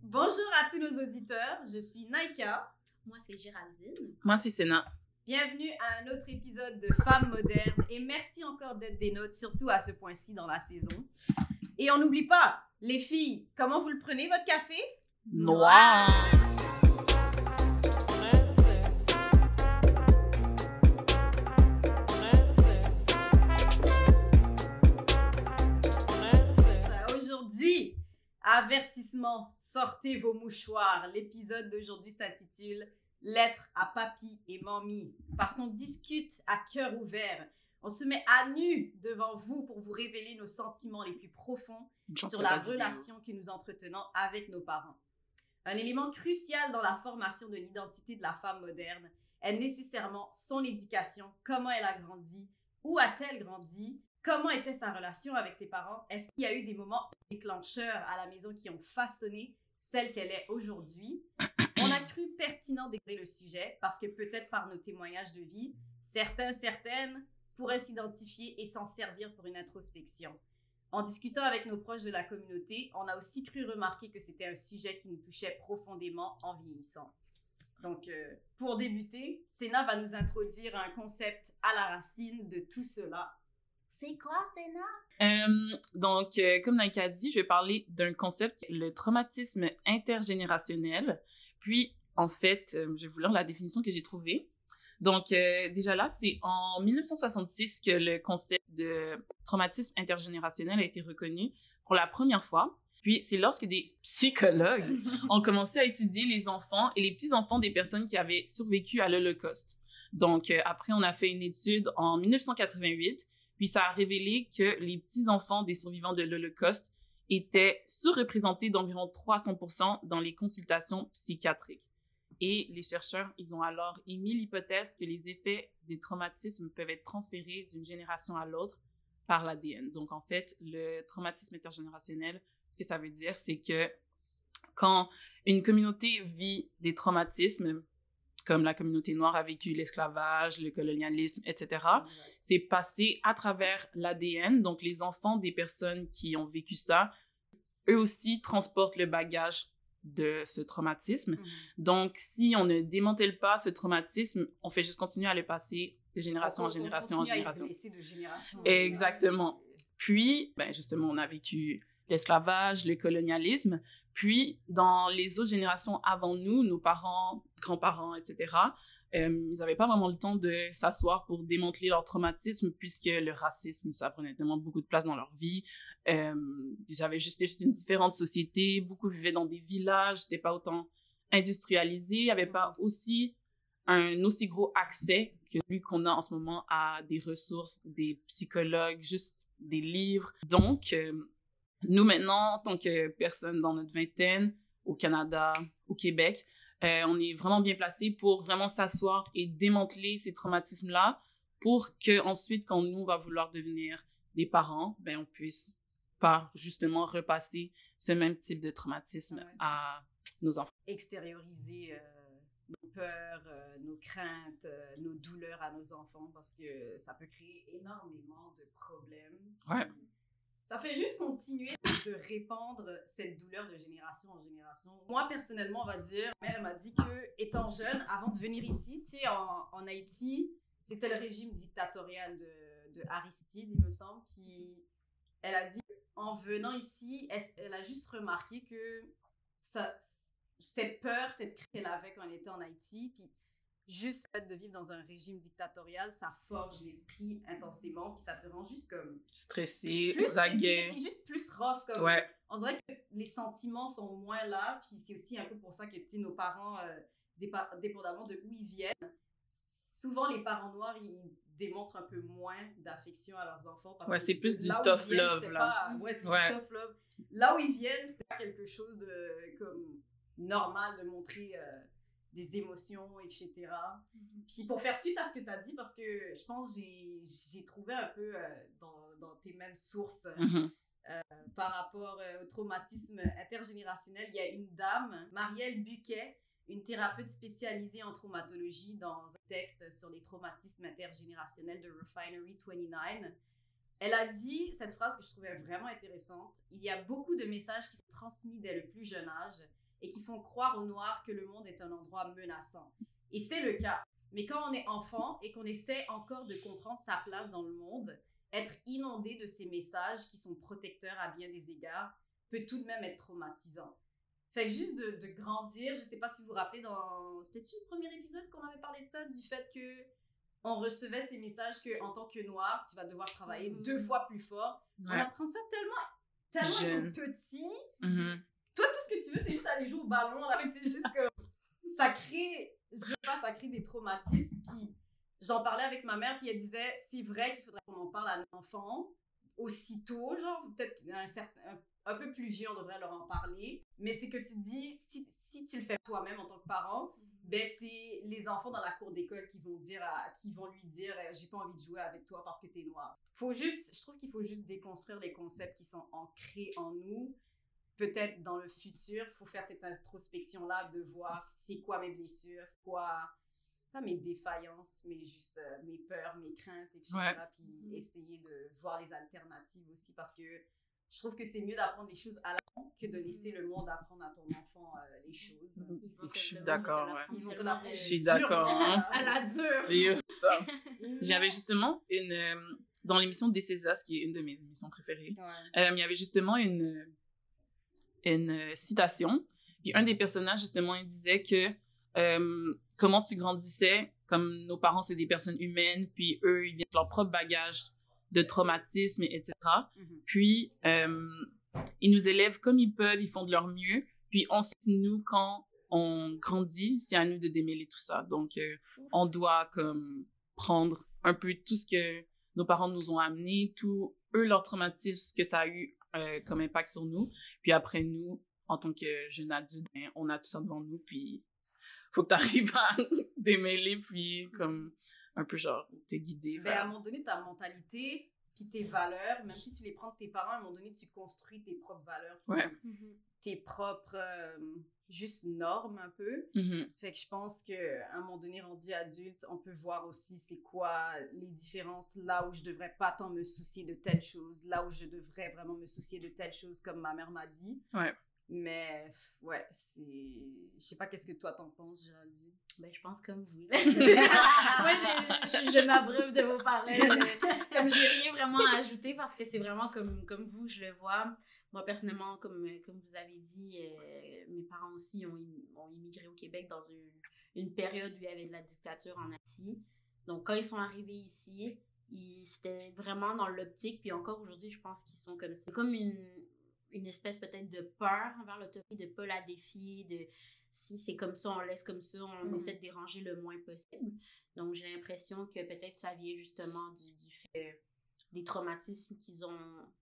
Bonjour à tous nos auditeurs, je suis Naïka. Moi, c'est Géraldine. Moi, c'est Sénat. Bienvenue à un autre épisode de Femmes modernes et merci encore d'être des nôtres, surtout à ce point-ci dans la saison. Et on n'oublie pas, les filles, comment vous le prenez votre café? Noir! Aujourd'hui, avertissement, sortez vos mouchoirs. L'épisode d'aujourd'hui s'intitule Lettre à papy et mamie. Parce qu'on discute à cœur ouvert. On se met à nu devant vous pour vous révéler nos sentiments les plus profonds sur la relation que nous entretenons avec nos parents. Un élément crucial dans la formation de l'identité de la femme moderne est nécessairement son éducation, comment elle a grandi, où a-t-elle grandi, comment était sa relation avec ses parents, est-ce qu'il y a eu des moments déclencheurs à la maison qui ont façonné celle qu'elle est aujourd'hui. On a cru pertinent d'écrire le sujet parce que peut-être par nos témoignages de vie, certaines pourraient s'identifier et s'en servir pour une introspection. En discutant avec nos proches de la communauté, on a aussi cru remarquer que c'était un sujet qui nous touchait profondément en vieillissant. Donc, pour débuter, Sénat va nous introduire un concept à la racine de tout cela. C'est quoi, Sénat? Comme Naïka a dit, je vais parler d'un concept, le traumatisme intergénérationnel. Puis, en fait, je vais vous lire la définition que j'ai trouvée. Donc, déjà là, c'est en 1966 que le concept de traumatisme intergénérationnel a été reconnu pour la première fois. Puis, c'est lorsque des psychologues ont commencé à étudier les enfants et les petits-enfants des personnes qui avaient survécu à l'Holocauste. Donc, après, on a fait une étude en 1988, puis ça a révélé que les petits-enfants des survivants de l'Holocauste étaient sous-représentés d'environ 300% dans les consultations psychiatriques. Et les chercheurs, ils ont alors émis l'hypothèse que les effets des traumatismes peuvent être transférés d'une génération à l'autre par l'ADN. Donc, en fait, le traumatisme intergénérationnel, ce que ça veut dire, c'est que quand une communauté vit des traumatismes, comme la communauté noire a vécu l'esclavage, le colonialisme, etc., c'est passé à travers l'ADN. Donc, les enfants des personnes qui ont vécu ça, eux aussi transportent le bagage de ce traumatisme. Donc, si on ne démantèle pas ce traumatisme, on fait juste continuer à le passer de génération en génération en génération. De génération en Exactement. Puis, justement, on a vécu l'esclavage, le colonialisme. Puis, dans les autres générations avant nous, nos parents, grands-parents, etc., ils n'avaient pas vraiment le temps de s'asseoir pour démanteler leur traumatisme puisque le racisme, ça prenait tellement beaucoup de place dans leur vie. Ils avaient juste une différente société. Beaucoup vivaient dans des villages, c'était pas autant industrialisé. Il n'y avait pas aussi un aussi gros accès que celui qu'on a en ce moment à des ressources, des psychologues, juste des livres. Donc, nous, maintenant, en tant que personnes dans notre vingtaine, au Canada, au Québec, on est vraiment bien placés pour vraiment s'asseoir et démanteler ces traumatismes-là pour qu'ensuite, quand nous, on va vouloir devenir des parents, on puisse pas justement repasser ce même type de traumatisme à nos enfants. Extérioriser nos peurs, nos craintes, nos douleurs à nos enfants parce que ça peut créer énormément de problèmes. Ouais. Ça fait juste continuer de répandre cette douleur de génération en génération. Moi, personnellement, on va dire, ma mère m'a dit que, étant jeune, avant de venir ici, tu sais, en Haïti, c'était le régime dictatorial de Aristide, il me semble, qui, elle a dit, en venant ici, elle a juste remarqué que cette peur, cette crainte qu'elle avait quand elle était en Haïti, puis juste le fait de vivre dans un régime dictatorial, ça forge l'esprit intensément, puis ça te rend juste comme... stressé, zagué. Puis juste plus rough. Comme, ouais. On dirait que les sentiments sont moins là, puis c'est aussi un peu pour ça que, tu sais, nos parents, dépendamment de où ils viennent, souvent les parents noirs, ils démontrent un peu moins d'affection à leurs enfants. Parce c'est que plus du tough love, là. C'est du tough love. Là où ils viennent, c'est pas quelque chose de comme normal de montrer... des émotions, etc. Puis pour faire suite à ce que tu as dit, parce que je pense que j'ai trouvé un peu dans tes mêmes sources par rapport au traumatisme intergénérationnel, il y a une dame, Marielle Buquet, une thérapeute spécialisée en traumatologie, dans un texte sur les traumatismes intergénérationnels de Refinery 29. Elle a dit cette phrase que je trouvais vraiment intéressante. Il y a beaucoup de messages qui sont transmis dès le plus jeune âge et qui font croire aux Noirs que le monde est un endroit menaçant. Et c'est le cas. Mais quand on est enfant et qu'on essaie encore de comprendre sa place dans le monde, être inondé de ces messages qui sont protecteurs à bien des égards peut tout de même être traumatisant. Fait que juste de grandir, je sais pas si vous vous rappelez c'était-tu le premier épisode qu'on avait parlé de ça, du fait que on recevait ces messages que en tant que noir, tu vas devoir travailler 2 fois plus fort. On apprend ça tellement petit. Toi, tout ce que tu veux, c'est juste aller jouer au ballon, là, t'es juste comme... ça crée des traumatismes, puis j'en parlais avec ma mère, puis elle disait, c'est vrai qu'il faudrait qu'on en parle à l'enfant, aussitôt, genre, peut-être un peu plus vieux, on devrait leur en parler, mais c'est que tu te dis, si tu le fais toi-même en tant que parent, ben c'est les enfants dans la cour d'école qui vont lui dire j'ai pas envie de jouer avec toi parce que t'es noir. Je trouve qu'il faut juste déconstruire les concepts qui sont ancrés en nous. Peut-être dans le futur, il faut faire cette introspection-là de voir c'est quoi mes blessures, c'est quoi, pas mes défaillances, mais juste mes peurs, mes craintes, etc. Puis essayer de voir les alternatives aussi, parce que je trouve que c'est mieux d'apprendre les choses à l'enfant que de laisser le monde apprendre à ton enfant les choses. Je suis d'accord, Ils vont te l'apprendre. Je suis d'accord. À la dure. Ça. J'avais justement dans l'émission This Is Us, qui est une de mes émissions préférées, il y avait justement une citation. Puis un des personnages, justement, il disait que comment tu grandissais, comme nos parents, c'est des personnes humaines, puis eux, ils viennent de leur propre bagage de traumatisme, etc. Puis, ils nous élèvent comme ils peuvent, ils font de leur mieux. Puis ensuite, nous, quand on grandit, c'est à nous de démêler tout ça. Donc, on doit comme prendre un peu tout ce que nos parents nous ont amené, tout, eux, leur traumatisme, ce que ça a eu comme impact sur nous. Puis après, nous, en tant que jeunes adultes, ben, on a tout ça devant nous, puis faut que tu arrives à démêler, puis comme un peu genre te guider. Ben, à un moment donné, ta mentalité, puis tes valeurs, même si tu les prends de tes parents, à un moment donné, tu construis tes propres valeurs, tes propres juste normes un peu. Fait que je pense qu'à un moment donné, rendu adulte, on peut voir aussi c'est quoi les différences, là où je devrais pas tant me soucier de telle chose, là où je devrais vraiment me soucier de telle chose, comme ma mère m'a dit. Mais, ouais, je sais pas qu'est-ce que toi t'en penses, Géraldine. Ben, je pense comme vous. Moi, je m'abreuve de vos paroles. Comme j'ai rien vraiment à ajouter parce que c'est vraiment comme vous, je le vois. Moi, personnellement, comme vous avez dit, mes parents aussi ont immigré au Québec dans une période où il y avait de la dictature en Asie. Donc, quand ils sont arrivés ici, c'était vraiment dans l'optique, puis encore aujourd'hui, je pense qu'ils sont comme ça. C'est comme une espèce peut-être de peur envers l'autorité, de ne pas la défier, si c'est comme ça, on laisse comme ça, on essaie de déranger le moins possible. Donc, j'ai l'impression que peut-être ça vient justement du fait des traumatismes qu'ils ont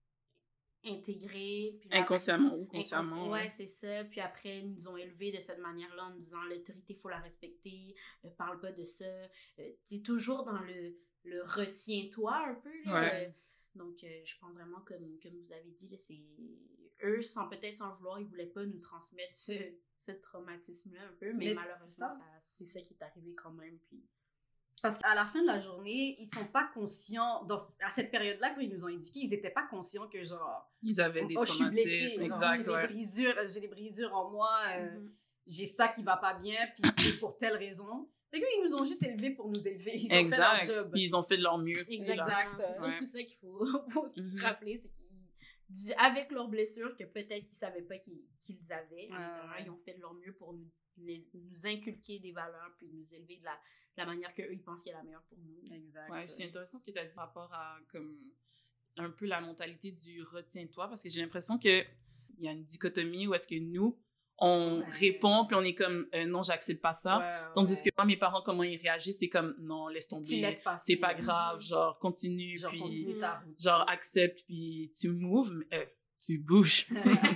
intégrés. Puis inconsciemment ou consciemment. Ouais, c'est ça. Puis après, ils nous ont élevés de cette manière-là en nous disant l'autorité, il faut la respecter, parle pas de ça. T'es toujours dans le retiens-toi un peu. Là, donc, je pense vraiment, comme vous avez dit, là, c'est eux, peut-être sans vouloir, ils voulaient pas nous transmettre ce traumatisme-là un peu, mais malheureusement, c'est ça qui est arrivé quand même. Puis... Parce qu'à la fin de la journée, ils sont pas conscients, à cette période-là, quand ils nous ont éduqués, ils étaient pas conscients que genre... Ils avaient des traumatismes, blessée, exact, j'ai des brisures en moi, j'ai ça qui va pas bien, puis c'est pour telle raison. Fait qu'ils nous ont juste élevés pour nous élever. Ils ont fait leur job. Puis ils ont fait de leur mieux aussi. Exact. C'est surtout ça qu'il faut se rappeler, c'est qu'avec leurs blessures, que peut-être qu'ils savaient pas qu'ils avaient, ils ont fait de leur mieux pour nous inculquer des valeurs, puis nous élever de la manière qu'eux, ils pensent qu'il est la meilleure pour nous. Exact. Ouais, c'est intéressant ce que tu as dit par rapport à comme un peu la mentalité du retiens-toi, parce que j'ai l'impression qu'il y a une dichotomie où est-ce que nous, on répond, puis on est comme non, j'accepte pas ça. Tandis que moi, mes parents, comment ils réagissent, c'est comme non, laisse tomber. Tu laisses passer. C'est pas grave, genre continue, genre, puis continue ta route. genre accepte, puis tu moves, tu bouges.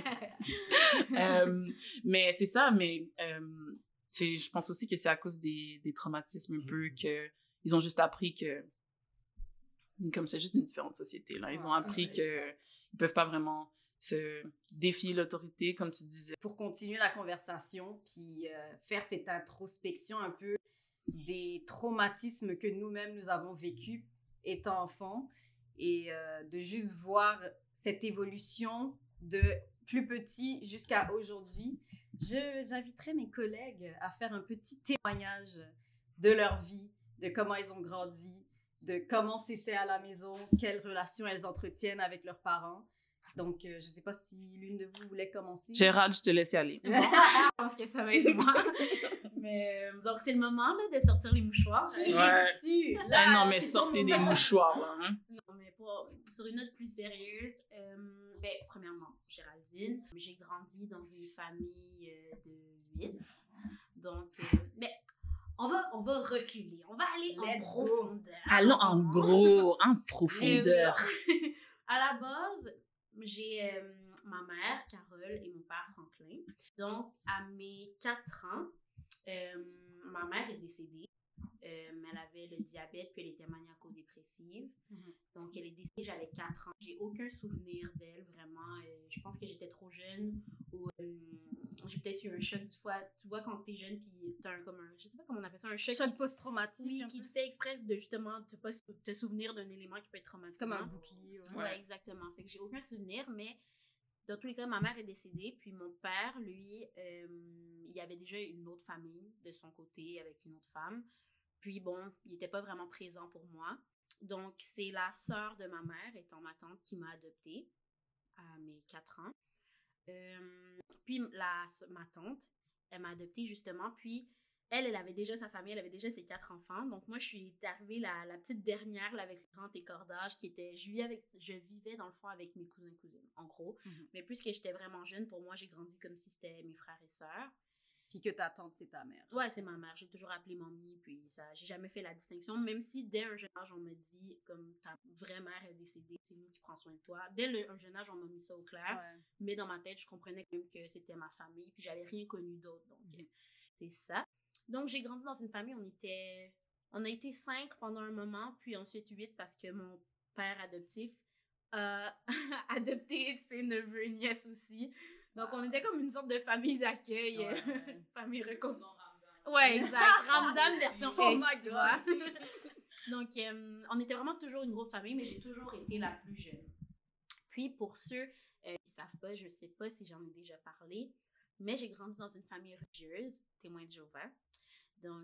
Mais c'est ça, mais je pense aussi que c'est à cause des traumatismes un peu que ils ont juste appris que comme c'est juste une différente société là, ils ont appris que ils peuvent pas vraiment se défier l'autorité, comme tu disais. Pour continuer la conversation, puis faire cette introspection un peu des traumatismes que nous-mêmes, nous avons vécus étant enfants, et de juste voir cette évolution de plus petit jusqu'à aujourd'hui. j'inviterais mes collègues à faire un petit témoignage de leur vie, de comment ils ont grandi, de comment c'était à la maison, quelles relations elles entretiennent avec leurs parents. Donc, je ne sais pas si l'une de vous voulait commencer. Gérald, je te laisse y aller. Bon, je pense que ça va être moi. Mais, donc, c'est le moment là, de sortir les mouchoirs. Qui Ouais. est dessus? Ah non, mais c'est ton sortez des moment. mouchoirs, là. Hein? Non, mais sur une note plus sérieuse, premièrement, Géraldine, j'ai grandi dans une famille de 8. Donc, on va reculer. On va aller en Let's go. profondeur. Allons en gros, en profondeur. À la base, j'ai ma mère, Carole, et mon père, Franklin. Donc, à mes 4 ans, ma mère est décédée. Elle avait le diabète, puis elle était maniaco-dépressive. Donc, elle est décédée, j'avais 4 ans. J'ai aucun souvenir d'elle, vraiment. Je pense que j'étais trop jeune. Ou j'ai peut-être eu un choc. Tu vois, quand t'es jeune, puis t'as je sais pas comment on appelle ça, un choc. Choc post-traumatique. Oui, un qui peu. te fait exprès de justement te souvenir d'un élément qui peut être traumatisant. C'est comme un bouclier. Ouais, exactement. Fait que j'ai aucun souvenir, mais dans tous les cas, ma mère est décédée, puis mon père, lui, il avait déjà une autre famille de son côté avec une autre femme. Puis bon, il n'était pas vraiment présent pour moi. Donc, c'est la sœur de ma mère, étant ma tante, qui m'a adoptée à mes 4 ans. Puis ma tante, elle m'a adoptée justement, puis elle avait déjà sa famille, elle avait déjà ses 4 enfants. Donc moi, je suis arrivée la petite dernière là, avec le grand écordage qui était... Je vivais dans le fond avec mes cousins-cousines, en gros. Mais puisque j'étais vraiment jeune, pour moi, j'ai grandi comme si c'était mes frères et sœurs. Puis que ta tante, c'est ta mère. Ouais, c'est ma mère. J'ai toujours appelé mamie, puis ça, j'ai jamais fait la distinction. Même si dès un jeune âge, on me dit, comme ta vraie mère est décédée, c'est nous qui prenons soin de toi. Dès un jeune âge, on m'a mis ça au clair. Ouais. Mais dans ma tête, je comprenais quand même que c'était ma famille, puis j'avais rien connu d'autre. Donc, c'est ça. Donc, j'ai grandi dans une famille, on a été 5 pendant un moment, puis ensuite 8 parce que mon père adoptif a adopté ses neveux et nièces aussi. Donc, on était comme une sorte de famille d'accueil, famille reconstruite. Ouais, exact. Ramdam version Oh H, my tu God. vois. Donc, on était vraiment toujours une grosse famille, mais j'ai toujours été la plus jeune. Puis, pour ceux qui ne savent pas, je ne sais pas si j'en ai déjà parlé, mais j'ai grandi dans une famille religieuse, témoin de Jéhovah. Donc,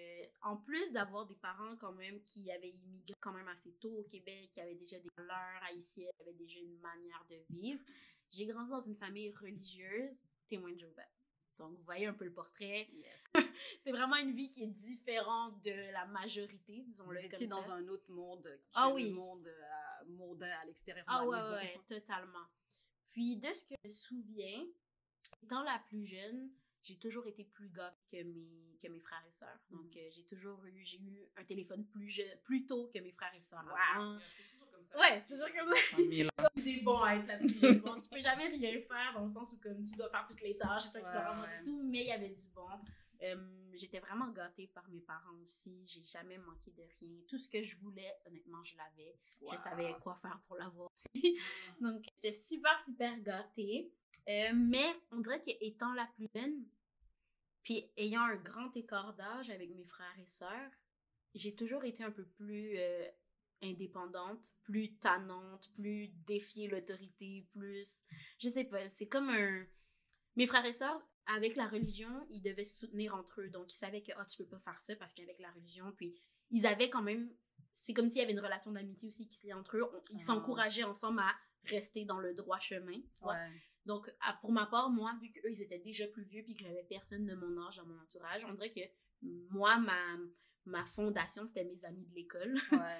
en plus d'avoir des parents quand même qui avaient immigré quand même assez tôt au Québec, qui avaient déjà des valeurs haïtiennes, qui avaient déjà une manière de vivre, j'ai grandi dans une famille religieuse, témoin de Jéhovah. Donc, vous voyez un peu le portrait. Yes. C'est vraiment une vie qui est différente de la majorité, disons-le Vous comme étiez ça. dans un autre monde que oui. le monde mondain à l'extérieur de Ah la ouais, maison. ouais, totalement. Puis, de ce que je me souviens, étant la plus jeune, j'ai toujours été plus gâtée que mes frères et sœurs. Donc, j'ai eu un téléphone plus tôt que mes frères et sœurs. Wow. Ouais, c'est toujours comme ça. C'est bon à être la plus jeune. Bon, tu peux jamais rien faire dans le sens où comme tu dois faire toutes les tâches, c'est toi qui dois ramasser tout, mais il y avait du bon. J'étais vraiment gâtée par mes parents aussi. J'ai jamais manqué de rien. Tout ce que je voulais, honnêtement, je l'avais. Wow. Je savais quoi faire pour l'avoir aussi. Donc, j'étais super, super gâtée. Mais on dirait qu'étant la plus jeune, puis ayant un grand écart d'âge avec mes frères et sœurs, j'ai toujours été un peu plus indépendante, plus tannante, plus défier l'autorité, plus... Je sais pas, c'est comme un... Mes frères et sœurs, avec la religion, ils devaient se soutenir entre eux. Donc, ils savaient que, tu peux pas faire ça parce qu'avec la religion, puis ils avaient quand même... C'est comme s'il y avait une relation d'amitié aussi qui se liait entre eux. Ils s'encourageaient ensemble à rester dans le droit chemin, tu vois. Ouais. Donc, pour ma part, moi, vu qu'eux, ils étaient déjà plus vieux puis que j'avais personne de mon âge dans mon entourage, on dirait que moi, ma fondation, c'était mes amis de l'école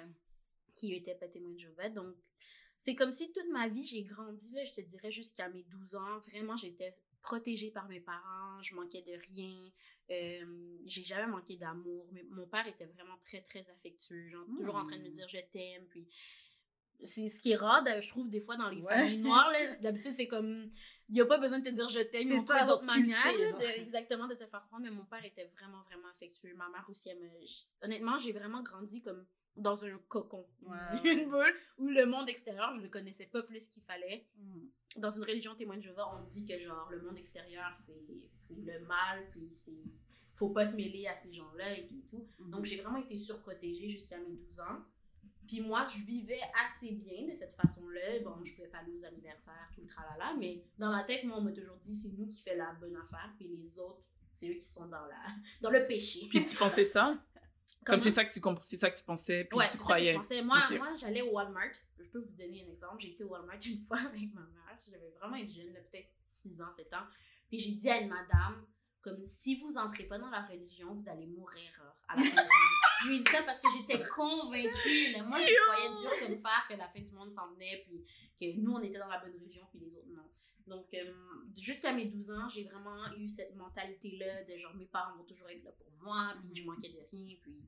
qui étaient pas témoins de Jéhovah. Donc, c'est comme si toute ma vie, j'ai grandi, là, je te dirais, jusqu'à mes 12 ans. Vraiment, j'étais protégée par mes parents, je manquais de rien. J'ai jamais manqué d'amour. Mais mon père était vraiment très, très affectueux. Genre, toujours en train de me dire « je t'aime ». Puis c'est ce qui est rare, je trouve, des fois, dans les familles noires. Là. D'habitude, c'est comme... Il n'y a pas besoin de te dire « je t'aime ». Ils ont plein d'autres manières exactement de te faire comprendre. Mais mon père était vraiment, vraiment affectueux. Ma mère aussi, honnêtement, j'ai vraiment grandi comme dans un cocon. Une bulle où le monde extérieur, je ne le connaissais pas plus qu'il fallait. Dans une religion témoin de Jéhovah, on dit que genre le monde extérieur, c'est le mal, puis faut pas se mêler à ces gens-là et tout. Donc, j'ai vraiment été surprotégée jusqu'à mes 12 ans. Puis moi, je vivais assez bien de cette façon-là. Bon, je pouvais pas aller aux anniversaires, tout le tralala, mais dans ma tête, moi, on m'a toujours dit, c'est nous qui fait la bonne affaire, puis les autres, c'est eux qui sont dans le péché. Puis tu pensais ça? Comme c'est ça que tu pensais, puis tu croyais. Ouais, c'est ça que je pensais. Moi, j'allais au Walmart. Je peux vous donner un exemple. J'ai été au Walmart une fois avec ma mère. J'avais vraiment été jeune, là, peut-être 6 ans, 7 ans. Puis j'ai dit à une madame, comme si vous entrez pas dans la religion, vous allez mourir à la fin du monde. Je lui ai dit ça parce que j'étais convaincue. Là. Moi, je croyais dur comme fer que la fin du monde s'en venait, puis que nous, on était dans la bonne religion, puis les autres, non. Donc, jusqu'à mes 12 ans, j'ai vraiment eu cette mentalité-là de genre, mes parents vont toujours être là pour moi, puis je manquais de rien, puis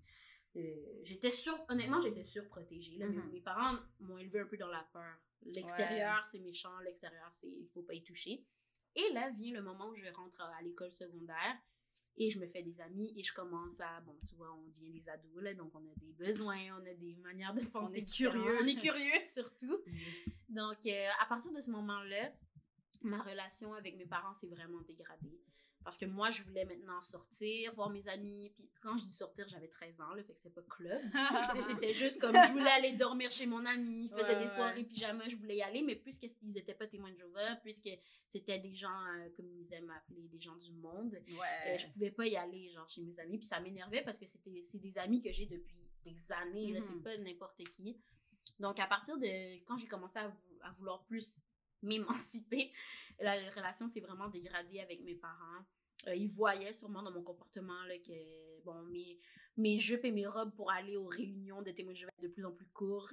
honnêtement, j'étais surprotégée. Là, mes parents m'ont élevée un peu dans la peur. L'extérieur, c'est méchant, l'extérieur, il faut pas y toucher. Et là, vient le moment où je rentre à l'école secondaire et je me fais des amis et je commence à, bon, tu vois, on devient des ados, là, donc on a des besoins, on a des manières de penser. On est curieux. On est curieux, surtout. Donc, à partir de ce moment-là, ma relation avec mes parents s'est vraiment dégradée. Parce que moi, je voulais maintenant sortir, voir mes amis. Puis quand je dis sortir, j'avais 13 ans, là, fait que c'était pas club. C'était juste comme je voulais aller dormir chez mon ami, faisais des soirées pyjama, je voulais y aller. Mais puisqu'ils n'étaient pas témoins de Jéhovah, puisque c'était des gens, comme ils aiment appeler, des gens du monde, je pouvais pas y aller genre chez mes amis. Puis ça m'énervait parce que c'est des amis que j'ai depuis des années. Là, c'est pas n'importe qui. Donc, à partir de quand j'ai commencé à vouloir plus m'émanciper, la relation s'est vraiment dégradée avec mes parents. Ils voyaient sûrement dans mon comportement là, que bon, mes jupes et mes robes pour aller aux réunions de témoins de Jéhovah de plus en plus courtes.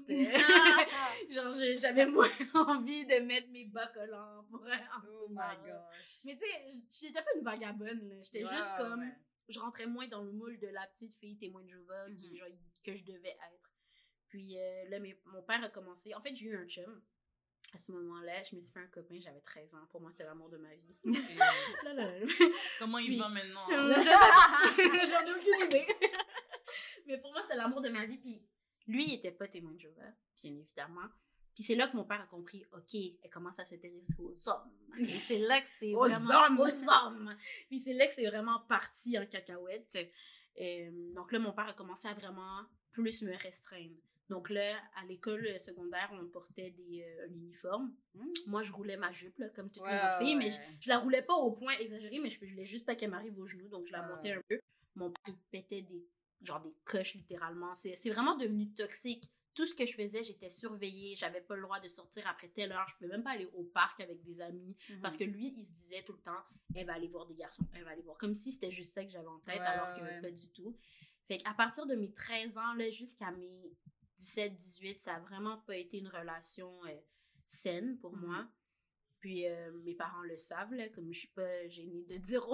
Genre, j'avais moins envie de mettre mes bas collants pour oh my gosh. Mais tu sais, j'étais pas une vagabonde. Là. J'étais juste comme... Ouais. Je rentrais moins dans le moule de la petite fille témoin de Jéhovah que je devais être. Puis là, mon père a commencé... En fait, j'ai eu un chum. À ce moment-là, je me suis fait un copain, j'avais 13 ans. Pour moi, c'était l'amour de ma vie. Comment il va maintenant? Je sais pas. J'en ai aucune idée. Mais pour moi, c'était l'amour de ma vie. Puis lui, il était pas témoin de Jéhovah, bien évidemment. Puis c'est là que mon père a compris, OK, elle commence à s'intéresser aux hommes. Et c'est là que c'est vraiment... Aux hommes! Puis c'est là que c'est vraiment parti en cacahuète. Donc là, mon père a commencé à vraiment plus me restreindre. Donc là, à l'école secondaire, on portait un uniforme. Moi, je roulais ma jupe, là, comme toutes les autres filles, mais je la roulais pas au point exagéré, mais je voulais juste pas qu'elle m'arrive aux genoux, donc je la montais un peu. Mon père, il pétait des coches, littéralement. C'est vraiment devenu toxique. Tout ce que je faisais, j'étais surveillée. J'avais pas le droit de sortir après telle heure. Je pouvais même pas aller au parc avec des amis, parce que lui, il se disait tout le temps, elle va aller voir des garçons, elle va aller voir. Comme si c'était juste ça que j'avais en tête, alors que pas du tout. Fait qu'à partir de mes 13 ans, là, jusqu'à mes 17, 18, ça a vraiment pas été une relation saine pour moi. Puis mes parents le savent, là, comme je suis pas gênée de dire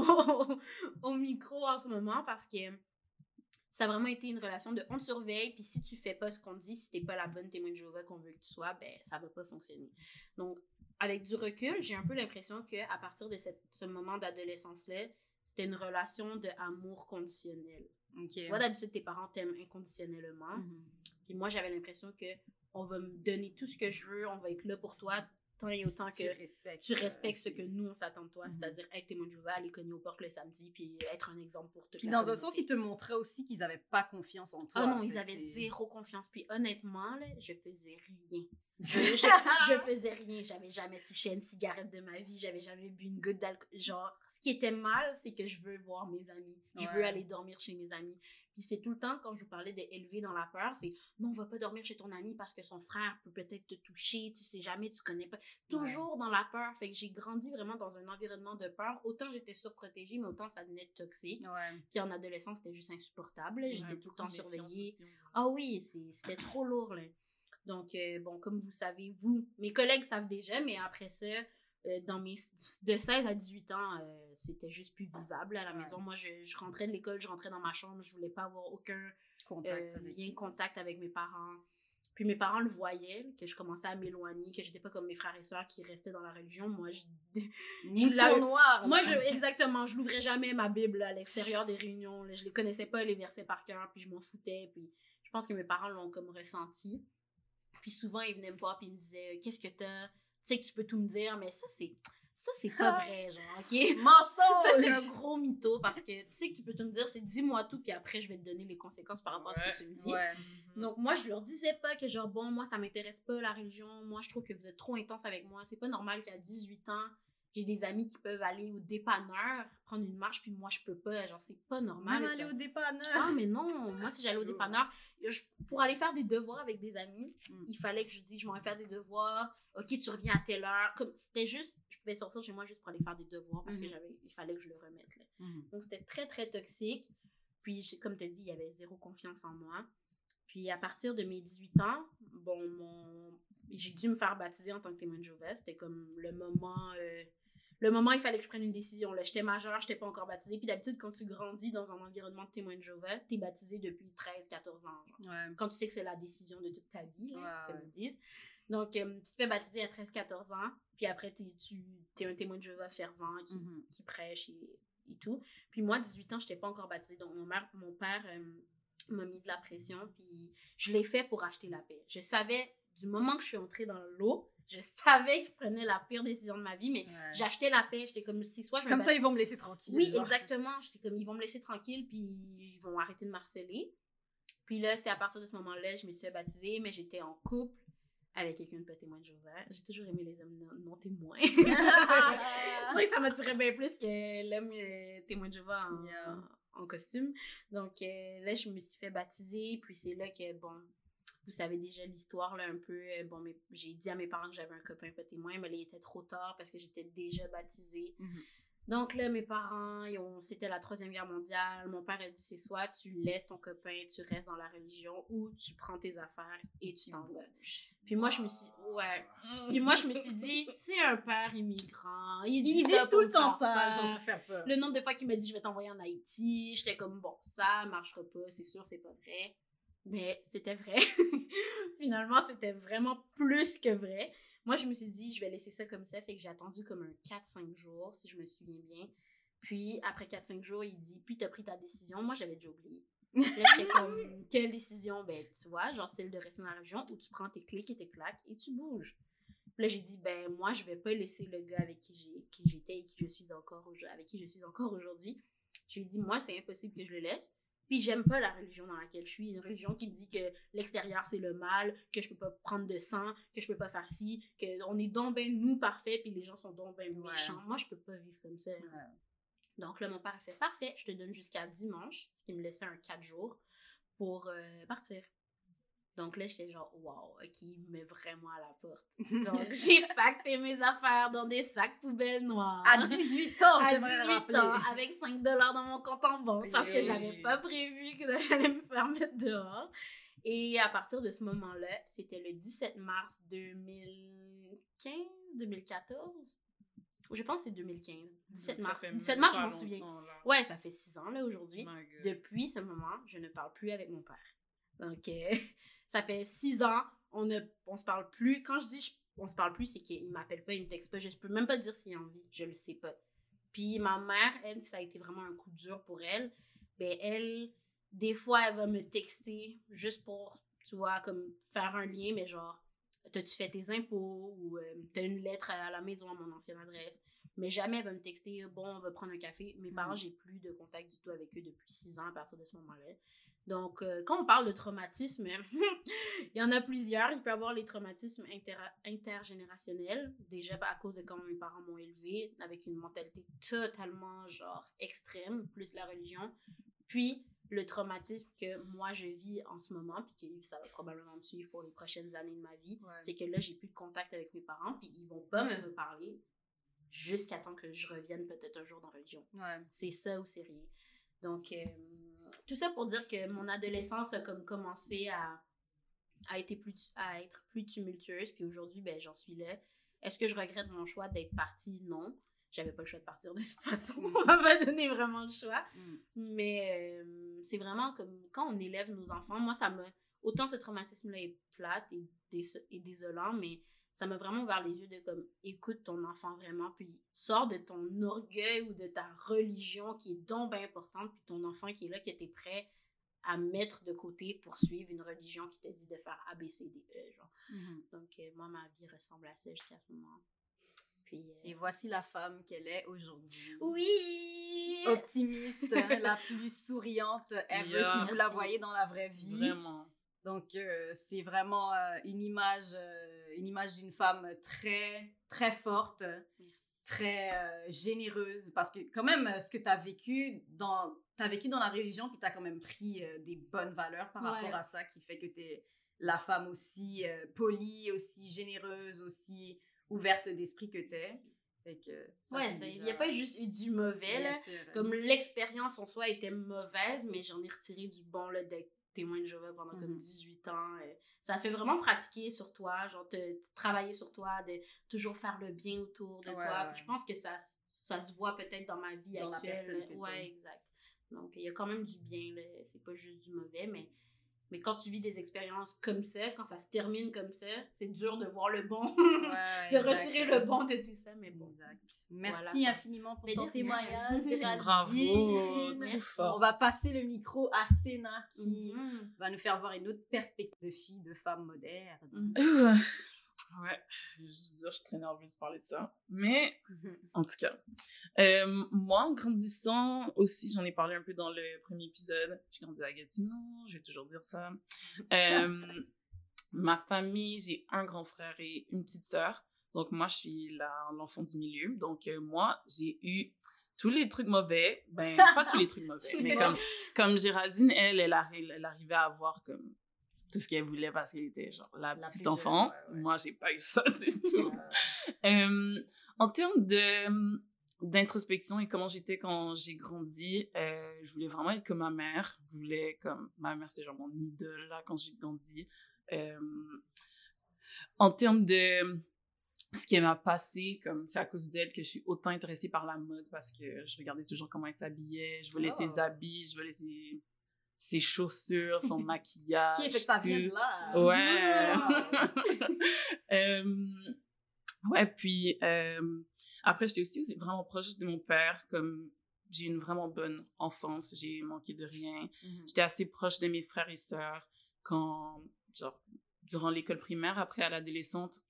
au micro en ce moment, parce que ça a vraiment été une relation de on te surveille, puis si tu fais pas ce qu'on te dit, si t'es pas la bonne témoin de Jéhovah qu'on veut que tu sois, ben ça va pas fonctionner. Donc, avec du recul, j'ai un peu l'impression qu'à partir de ce moment d'adolescence-là, c'était une relation d'amour conditionnel. Tu vois, d'habitude, tes parents t'aiment inconditionnellement. Puis moi, j'avais l'impression que on va me donner tout ce que je veux, on va être là pour toi, tant et autant que tu respectes ce que nous, on s'attend de toi, c'est-à-dire être témoin de Jéhovah, aller cogner aux portes le samedi, puis être un exemple pour toute la communauté. Dans un sens, ils te montraient aussi qu'ils n'avaient pas confiance en toi. Ah non, ils avaient zéro confiance. Puis honnêtement, là, je faisais rien. Je faisais rien. J'avais jamais touché une cigarette de ma vie. J'avais jamais bu une goutte d'alcool. Genre, ce qui était mal, c'est que je veux voir mes amis. Je veux aller dormir chez mes amis. Puis c'est tout le temps, quand je vous parlais d'élever dans la peur, c'est non, on va pas dormir chez ton ami parce que son frère peut peut-être te toucher, tu sais jamais, tu connais pas. Toujours dans la peur. Fait que j'ai grandi vraiment dans un environnement de peur. Autant j'étais surprotégée, mais autant ça devenait toxique. Puis en adolescence, c'était juste insupportable. J'étais tout le temps surveillée. Aussi, ah oui, c'était trop lourd, là. Donc, bon, comme vous savez, mes collègues savent déjà, mais après ça, de 16 à 18 ans, c'était juste plus vivable à la maison. Moi, je rentrais de l'école, je rentrais dans ma chambre, je voulais pas avoir aucun contact avec mes parents. Puis mes parents le voyaient, que je commençais à m'éloigner, que j'étais pas comme mes frères et sœurs qui restaient dans la religion. Moi, exactement, je l'ouvrais jamais ma Bible à l'extérieur des réunions. Là, je les connaissais pas, les versets par cœur, puis je m'en foutais. Puis je pense que mes parents l'ont comme ressenti. Puis souvent, ils venaient me voir, puis ils me disaient « Qu'est-ce que t'as? Tu sais que tu peux tout me dire, mais ça, c'est pas vrai, genre, OK? » Mensonge! Ça, c'est un gros mytho parce que tu sais que tu peux tout me dire, c'est dis-moi tout, puis après, je vais te donner les conséquences par rapport à ce que tu me dis. Ouais. Donc, moi, je leur disais pas que genre, bon, moi, ça m'intéresse pas la religion. Moi, je trouve que vous êtes trop intense avec moi. C'est pas normal qu'à 18 ans, j'ai des amis qui peuvent aller au dépanneur, prendre une marche, puis moi, je peux pas. Genre, c'est pas normal. Même ça. aller au dépanneur. Ah, mais non. Moi, si j'allais au dépanneur, pour aller faire des devoirs avec des amis, il fallait que je dise, je m'en vais faire des devoirs. OK, tu reviens à telle heure. Comme, c'était juste, je pouvais sortir chez moi juste pour aller faire des devoirs parce que il fallait que je le remette. Là. Donc, c'était très, très toxique. Puis, comme tu as dit, il y avait zéro confiance en moi. Puis, à partir de mes 18 ans, bon, j'ai dû me faire baptiser en tant que témoin de Jéhovah. C'était comme le moment il fallait que je prenne une décision. Là. J'étais majeure, je n'étais pas encore baptisée. Puis d'habitude, quand tu grandis dans un environnement de témoin de Jéhovah, tu es baptisé depuis 13-14 ans. Genre. Ouais. Quand tu sais que c'est la décision de toute ta vie, comme ils disent. Donc, tu te fais baptiser à 13-14 ans. Puis après, tu es un témoin de Jéhovah fervent qui prêche et tout. Puis moi, 18 ans, je n'étais pas encore baptisée. Donc, mon père m'a mis de la pression. Puis je l'ai fait pour acheter la paix. Je savais, du moment que je suis entrée dans l'eau, je savais que je prenais la pire décision de ma vie, mais j'achetais la paix. J'étais comme, c'est soit je me Comme ça, ils vont me laisser tranquille. Oui, exactement. J'étais comme, ils vont me laisser tranquille, puis ils vont arrêter de me harceler. Puis là, c'est à partir de ce moment-là, je me suis fait baptiser, mais j'étais en couple avec quelqu'un de pas témoin de Jéhovah. J'ai toujours aimé les hommes non témoins. C'est vrai que ça m'attirait bien plus que l'homme témoin de Jéhovah en costume. Donc là, je me suis fait baptiser, puis c'est là que, bon, vous savez déjà l'histoire, là, un peu. Bon, j'ai dit à mes parents que j'avais un copain pas témoin, mais là, il était trop tard parce que j'étais déjà baptisée. Donc là, mes parents, c'était la 3e guerre mondiale. Mon père a dit, c'est soit tu laisses ton copain, tu restes dans la religion, ou tu prends tes affaires et tu t'en vas. Puis moi, je me suis dit, c'est un père immigrant. Ils disent tout le temps ça, genre pour faire peur. Le nombre de fois qu'il m'a dit, je vais t'envoyer en Haïti, j'étais comme, bon, ça marchera pas, c'est sûr, c'est pas vrai. Mais c'était vrai. Finalement, c'était vraiment plus que vrai. Moi, je me suis dit, je vais laisser ça comme ça. Fait que j'ai attendu comme un 4-5 jours, si je me souviens bien. Puis, après 4-5 jours, il dit, puis t'as pris ta décision. Moi, j'avais déjà oublié. Là, j'étais comme, quelle décision? Ben, tu vois, genre celle de rester dans la région où tu prends tes clics et tes claques et tu bouges. Puis là, j'ai dit, ben, moi, je vais pas laisser le gars avec qui j'étais et avec qui je suis encore aujourd'hui. Je lui ai dit, moi, c'est impossible que je le laisse. Puis j'aime pas la religion dans laquelle je suis. Une religion qui me dit que l'extérieur, c'est le mal, que je peux pas prendre de sang, que je peux pas faire ci, qu'on est donc ben nous parfaits, puis les gens sont donc ben méchants. Moi, je peux pas vivre comme ça. Donc là, mon père a fait, parfait, je te donne jusqu'à dimanche, ce qui me laissait un 4 jours, pour partir. Donc là, j'étais genre, wow, OK, il me met vraiment à la porte. Donc, j'ai pacté mes affaires dans des sacs poubelles noirs. À 18 ans, j'aimerais rappeler. À 18 ans, avec 5 $ dans mon compte en banque, parce que j'avais pas prévu que j'allais me faire mettre dehors. Et à partir de ce moment-là, c'était le 17 mars 2014. Je pense que c'est 2015. 17 mars, je m'en souviens. Ouais, ça fait 6 ans, là, aujourd'hui. Depuis ce moment, je ne parle plus avec mon père. Donc, ça fait 6 ans, on se parle plus. Quand je dis on se parle plus, c'est qu'il m'appelle pas, il me texte pas. Je peux même pas dire s'il a envie, je le sais pas. Puis ma mère, elle, ça a été vraiment un coup dur pour elle. Ben elle, des fois, elle va me texter juste pour, tu vois, comme faire un lien, mais genre, t'as-tu fait tes impôts ou t'as une lettre à la maison à mon ancienne adresse. Mais jamais elle va me texter, bon, on va prendre un café. Mes parents, j'ai plus de contact du tout avec eux depuis 6 ans à partir de ce moment-là. Donc, quand on parle de traumatisme, il y en a plusieurs. Il peut y avoir les traumatismes intergénérationnels, déjà à cause de comment mes parents m'ont élevée, avec une mentalité totalement, genre, extrême, plus la religion. Puis, le traumatisme que moi, je vis en ce moment, puis que ça va probablement me suivre pour les prochaines années de ma vie, c'est que là, j'ai plus de contact avec mes parents, puis ils vont pas me parler jusqu'à temps que je revienne peut-être un jour dans la religion. C'est ça ou c'est rien. Donc, tout ça pour dire que mon adolescence a comme commencé à être plus tumultueuse, puis aujourd'hui, ben, j'en suis là. Est-ce que je regrette mon choix d'être partie? Non. J'avais pas le choix de partir de toute façon. On m'a pas donné vraiment le choix. Mais c'est vraiment comme quand on élève nos enfants, moi, ça m'a... Autant ce traumatisme-là est plate et désolant, mais ça m'a vraiment ouvert les yeux de comme, écoute ton enfant vraiment, puis sors de ton orgueil ou de ta religion qui est donc bien importante, puis ton enfant qui est là, qui était prêt à mettre de côté pour suivre une religion qui te dit de faire A, B, C, D, E, genre. Donc, moi, ma vie ressemble à ça jusqu'à ce moment. Puis, Et voici la femme qu'elle est aujourd'hui. oui! Optimiste, la plus souriante ever, Yeah. si vous la Merci. voyez dans la vraie vie. Vraiment. Donc, c'est vraiment une image d'une femme très, très forte, Merci. très généreuse. Parce que quand même, ce que tu as vécu dans la religion, puis tu as quand même pris des bonnes valeurs par rapport à ça, qui fait que tu es la femme aussi polie, aussi généreuse, aussi ouverte d'esprit que tu es. Fait que ça, Ouais, c'est il n'y a pas juste eu du mauvais, bien là. sûr. Comme l'expérience en soi était mauvaise, mais j'en ai retiré du bon, là, d'être témoin de Jéhovah pendant comme 18 ans. Ça fait vraiment pratiquer sur toi, genre travailler sur toi, de toujours faire le bien autour de toi. Ouais. Je pense que ça se voit peut-être dans ma vie Dans la actuelle. personne que Ouais, t'es. exact. Donc, il y a quand même du bien, là. C'est pas juste du mauvais, mais quand tu vis des expériences comme ça, quand ça se termine comme ça, c'est dur de voir le bon, Ouais, de exact. retirer le bon de tout ça, mais bon. Exact. Merci Voilà. infiniment pour Mais ton de rien. témoignage, Géraldine. Bravo, Merci. trop fort. On va passer le micro à Séna qui Mhm. va nous faire voir une autre perspective de fille, de femme moderne. Mhm. Ouais, je veux dire, je suis très nerveuse de parler de ça. Mais, Mhm. en tout cas, moi, en grandissant aussi, j'en ai parlé un peu dans le premier épisode. J'ai grandi à Gatineau, je vais toujours dire ça. Ma famille, j'ai un grand frère et une petite sœur. Donc, moi, je suis l'enfant du milieu. Donc, moi, j'ai eu tous les trucs mauvais. Ben, pas tous les trucs mauvais, mais comme Géraldine, elle arrivait à avoir comme tout ce qu'elle voulait parce qu'elle était genre la petite plus enfant. jeune, ouais. Moi, j'ai pas eu ça du tout. En termes d'introspection et comment j'étais quand j'ai grandi, je voulais vraiment être comme ma mère. Ma mère, c'est genre mon idole là quand j'ai grandi. En termes de ce qui m'a passé, comme c'est à cause d'elle que je suis autant intéressée par la mode parce que je regardais toujours comment elle s'habillait, je voulais ses habits, je voulais ses chaussures, son maquillage. Qui fait que ça vient de là? Ouais. Ouais, puis après, j'étais aussi vraiment proche de mon père, comme j'ai une vraiment bonne enfance, j'ai manqué de rien. J'étais assez proche de mes frères et sœurs quand, genre, durant l'école primaire, après à l'adolescence,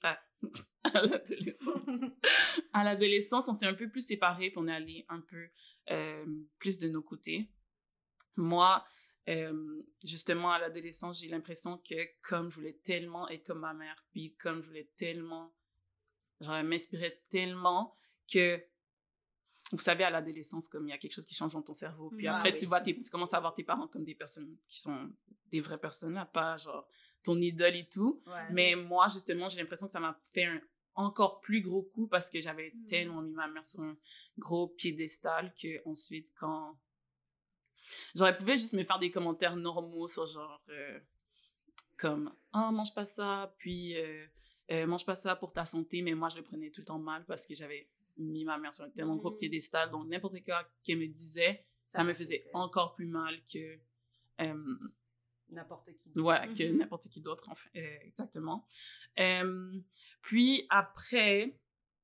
à l'adolescence, on s'est un peu plus séparés, puis on est allé un peu plus de nos côtés. Moi, justement, à l'adolescence, j'ai l'impression que comme je voulais tellement être comme ma mère, puis comme je voulais tellement, genre, elle m'inspirait tellement que, vous savez, à l'adolescence, comme il y a quelque chose qui change dans ton cerveau, puis après, tu commences à voir tes parents comme des personnes qui sont des vraies personnes, là, pas genre ton idole et tout. Ouais. Mais moi, justement, j'ai l'impression que ça m'a fait un encore plus gros coup parce que j'avais tellement mis ma mère sur un gros piédestal que ensuite, quand j'aurais pu juste me faire des commentaires normaux sur genre comme « Ah, mange pas ça, puis mange pas ça pour ta santé », mais moi, je le prenais tout le temps mal parce que j'avais mis ma mère sur un tellement gros piédestal. Donc, n'importe quoi qu'elle me disait, ça me faisait encore plus mal que n'importe qui. Ouais, que n'importe qui d'autre, en fait. Exactement. Puis après...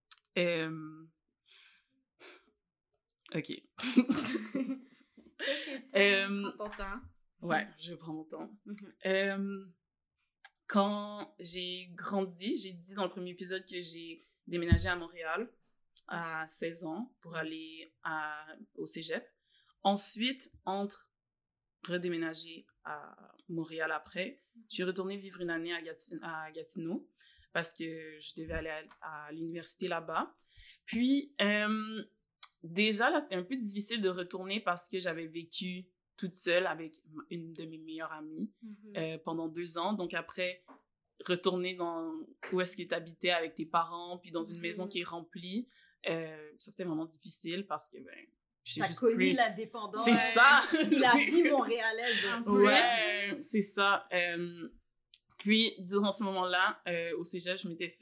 OK. Prends ton temps. Ouais, je prends mon temps. Quand j'ai grandi, j'ai dit dans le premier épisode que j'ai déménagé à Montréal à 16 ans pour aller au cégep. Ensuite, redéménager à Montréal après, je suis retournée vivre une année à Gatineau parce que je devais aller à l'université là-bas. Puis, déjà, là, c'était un peu difficile de retourner parce que j'avais vécu toute seule avec une de mes meilleures amies pendant 2 ans. Donc après, retourner où est-ce que tu habitais avec tes parents, puis dans une maison qui est remplie, ça, c'était vraiment difficile parce que, ben, t'as connu la dépendance. C'est ça! Puis la vie montréalaise aussi. Ouais, c'est ça. Puis, durant ce moment-là, au cégep,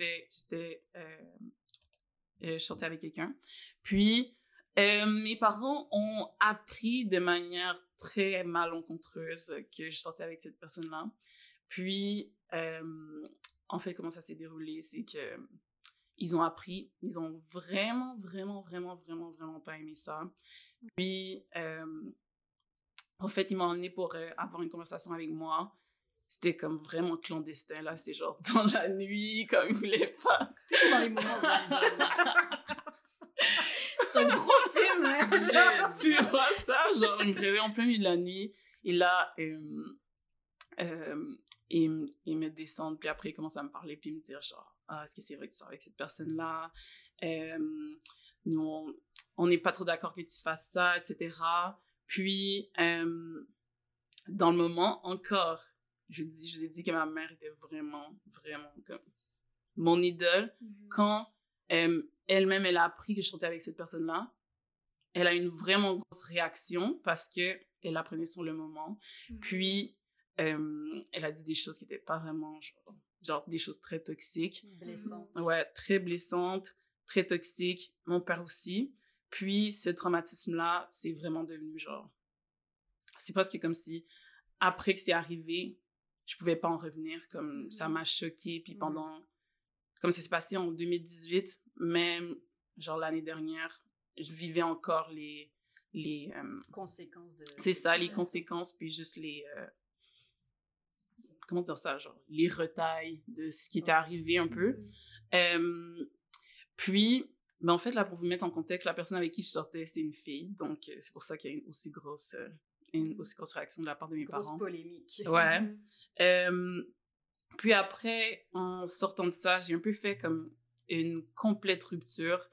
je sortais avec quelqu'un. Puis, mes parents ont appris de manière très malencontreuse que je sortais avec cette personne-là. Puis, en fait, comment ça s'est déroulé, c'est que ils ont appris, ils ont vraiment, vraiment, vraiment, vraiment, vraiment pas aimé ça. Puis, en fait, ils m'ont emmené pour avoir une conversation avec moi. c'était comme vraiment clandestin, là. C'est genre dans la nuit, comme il voulait pas. Tout dans les moments random. C'est un gros film, hein. Tu vois ça? Genre, il me réveille en plein milieu de la nuit. Et là, il me descend, puis après, il commence à me parler, puis il me dire genre, ah, est-ce que c'est vrai que tu sors avec cette personne-là? Nous, on n'est pas trop d'accord que tu fasses ça, etc. Puis, dans le moment, encore, je vous ai dit que ma mère était vraiment, vraiment comme mon idole. Quand elle-même, elle a appris que je sortais avec cette personne-là, elle a une vraiment grosse réaction parce que elle apprenait sur le moment. Puis, elle a dit des choses qui n'étaient pas vraiment, genre des choses très toxiques. Blessante. Ouais, très blessantes, très toxiques. Mon père aussi. Puis, ce traumatisme-là, c'est vraiment devenu genre... C'est presque comme si, après que c'est arrivé, je pouvais pas en revenir. Comme ça m'a choquée. Puis pendant... Comme ça s'est passé en 2018, même genre l'année dernière, je vivais encore les conséquences de... C'est ça, les conséquences, puis juste les... comment dire ça? Genre, les retailles de ce qui était arrivé un peu. Puis, ben en fait, là, pour vous mettre en contexte, la personne avec qui je sortais, c'était une fille. Donc, c'est pour ça qu'il y a une aussi grosse réaction de la part de mes parents. Grosse polémique. Ouais. Puis après, en sortant de ça, j'ai un peu fait comme une complète rupture.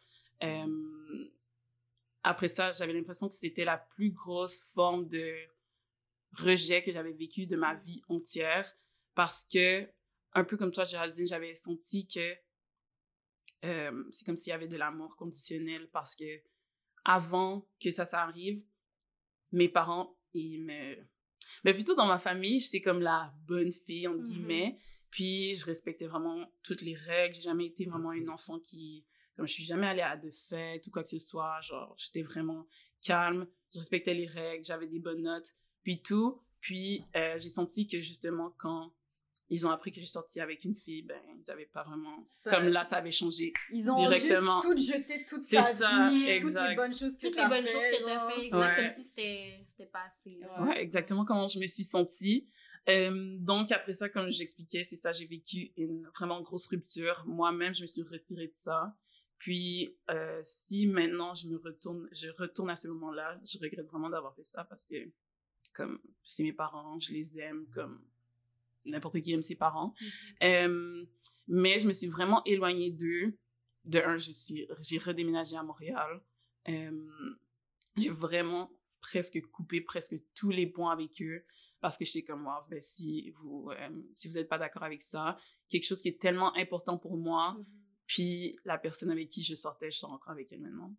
Après ça, j'avais l'impression que c'était la plus grosse forme de rejet que j'avais vécu de ma vie entière. Parce que, un peu comme toi, Géraldine, j'avais senti que c'est comme s'il y avait de l'amour conditionnel. Parce que avant que ça arrive, mes parents, mais plutôt dans ma famille, j'étais comme la bonne fille, entre guillemets. Puis, je respectais vraiment toutes les règles. J'ai jamais été vraiment une enfant qui... Comme je suis jamais allée à de fêtes ou quoi que ce soit. Genre, j'étais vraiment calme. Je respectais les règles. J'avais des bonnes notes. Puis tout. Puis, j'ai senti que justement, quand ils ont appris que j'ai sorti avec une fille, ben, ils avaient pas vraiment... Ça, comme là, ça avait changé ils ont directement. Juste tout jeté, toute c'est ta ça, vie, exact. toutes les bonnes choses que tu as fait. Exact, ouais. comme si c'était pas assez. Ouais, exactement comment je me suis sentie. Donc, après ça, comme j'expliquais, c'est ça, j'ai vécu une vraiment grosse rupture. Moi-même, je me suis retirée de ça. Puis, si maintenant je retourne à ce moment-là, je regrette vraiment d'avoir fait ça parce que, comme, c'est mes parents, je les aime comme n'importe qui aime ses parents. Mais je me suis vraiment éloignée d'eux. De un, j'ai redéménagé à Montréal. J'ai vraiment presque coupé presque tous les ponts avec eux parce que j'étais comme moi, ben si vous êtes pas d'accord avec ça, quelque chose qui est tellement important pour moi, puis la personne avec qui je sortais, je sors encore avec elle maintenant,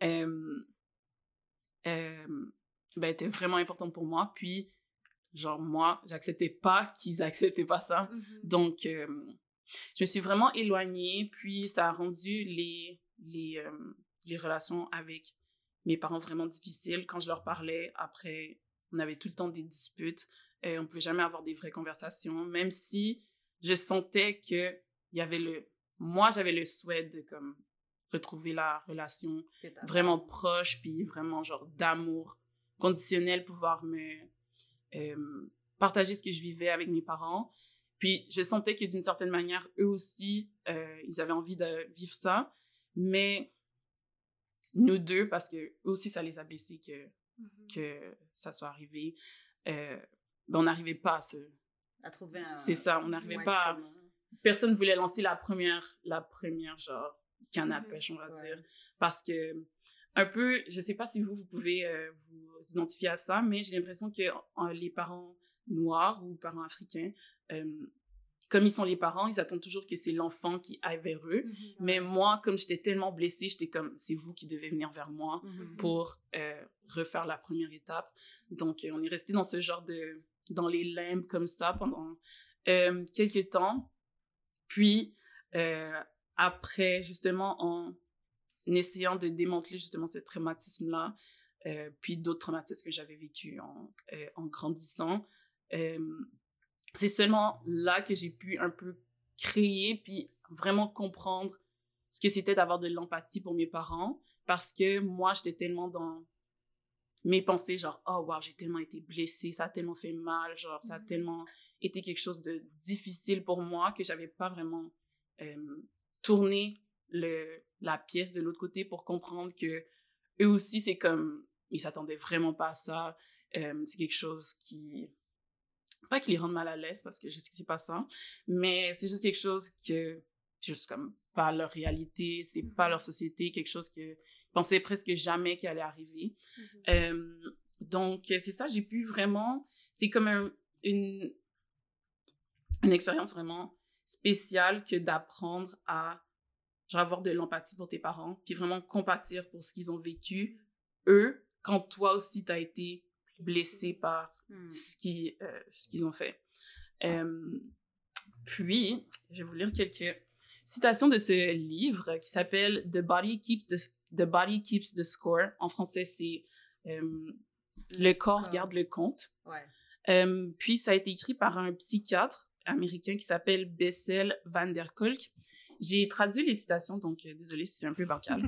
ben était vraiment importante pour moi, puis genre moi, j'acceptais pas qu'ils acceptaient pas ça, donc je me suis vraiment éloignée, puis ça a rendu les relations avec mes parents vraiment difficiles. Quand je leur parlais, après, on avait tout le temps des disputes. On pouvait jamais avoir des vraies conversations, même si je sentais que moi, j'avais le souhait de comme retrouver la relation vraiment proche, puis vraiment genre d'amour conditionnel, pouvoir partager ce que je vivais avec mes parents. Puis je sentais que d'une certaine manière, eux aussi, ils avaient envie de vivre ça, mais nous deux, parce que eux aussi, ça les a blessés que ça soit arrivé, ben on n'arrivait pas à trouver un... C'est ça, on n'arrivait pas à... Personne ne voulait lancer la première genre, canne à pêche, on va dire. Parce que, un peu, je sais pas si vous pouvez vous identifier à ça, mais j'ai l'impression que les parents noirs ou parents africains, comme ils sont les parents, ils attendent toujours que c'est l'enfant qui aille vers eux. Mais moi, comme j'étais tellement blessée, j'étais comme, c'est vous qui devez venir vers moi pour refaire la première étape. Donc, on est resté dans ce genre dans les limbes comme ça pendant quelques temps. Puis, après, justement, en essayant de démanteler justement ce traumatisme-là, puis d'autres traumatismes que j'avais vécu en grandissant, c'est seulement là que j'ai pu un peu créer puis vraiment comprendre ce que c'était d'avoir de l'empathie pour mes parents, parce que moi, j'étais tellement dans mes pensées, genre, oh, wow, j'ai tellement été blessée, ça a tellement fait mal, genre, ça a tellement été quelque chose de difficile pour moi que j'avais pas vraiment tourné la pièce de l'autre côté pour comprendre que eux aussi, c'est comme, ils s'attendaient vraiment pas à ça. C'est quelque chose qui, pas qui les rende mal à l'aise parce que je sais que c'est pas ça, mais c'est juste quelque chose que, juste comme, pas leur réalité, c'est pas leur société, quelque chose que je pensais presque jamais qu'il allait arriver. Donc, c'est ça, j'ai pu vraiment, c'est comme une expérience vraiment spéciale que d'apprendre à genre avoir de l'empathie pour tes parents, puis vraiment compatir pour ce qu'ils ont vécu, eux, quand toi aussi t'as été blessé par ce qu'ils ont fait. Puis, je vais vous lire quelques citations de ce livre qui s'appelle The Body Keeps the Score. En français, c'est Le corps garde le compte. Ouais. Puis, ça a été écrit par un psychiatre américain qui s'appelle Bessel van der Kolk. J'ai traduit les citations, donc désolée si c'est un peu bancal.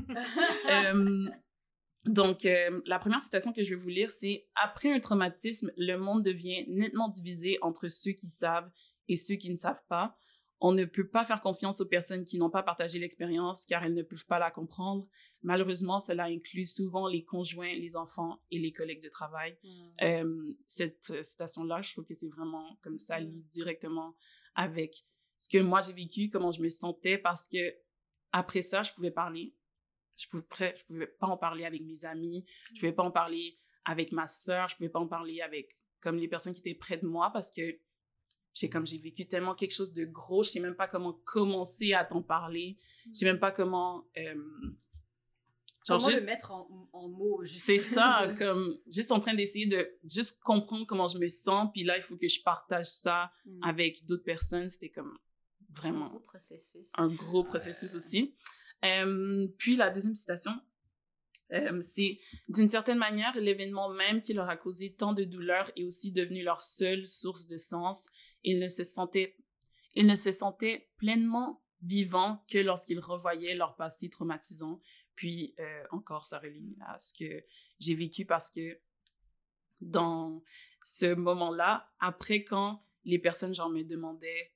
Donc, la première citation que je vais vous lire, c'est « Après un traumatisme, le monde devient nettement divisé entre ceux qui savent et ceux qui ne savent pas. On ne peut pas faire confiance aux personnes qui n'ont pas partagé l'expérience car elles ne peuvent pas la comprendre. Malheureusement, cela inclut souvent les conjoints, les enfants et les collègues de travail. » Cette citation-là, je trouve que c'est vraiment comme ça, lie directement avec ce que moi j'ai vécu, comment je me sentais, parce que après ça, je pouvais parler. Je pouvais pas en parler avec mes amis, je pouvais pas en parler avec ma sœur, je pouvais pas en parler avec comme les personnes qui étaient près de moi parce que j'ai vécu tellement quelque chose de gros, je sais même pas comment commencer à t'en parler, je sais même pas comment juste le mettre en mots. Juste. C'est ça, comme juste en train d'essayer de juste comprendre comment je me sens, puis là il faut que je partage ça avec d'autres personnes, c'était comme vraiment un gros processus aussi. Puis la deuxième citation, c'est « D'une certaine manière, l'événement même qui leur a causé tant de douleur est aussi devenu leur seule source de sens. Ils ne se sentaient pleinement vivants que lorsqu'ils revoyaient leur passé traumatisant. » Puis encore, ça relie à ce que j'ai vécu parce que dans ce moment-là, après quand les personnes genre me demandaient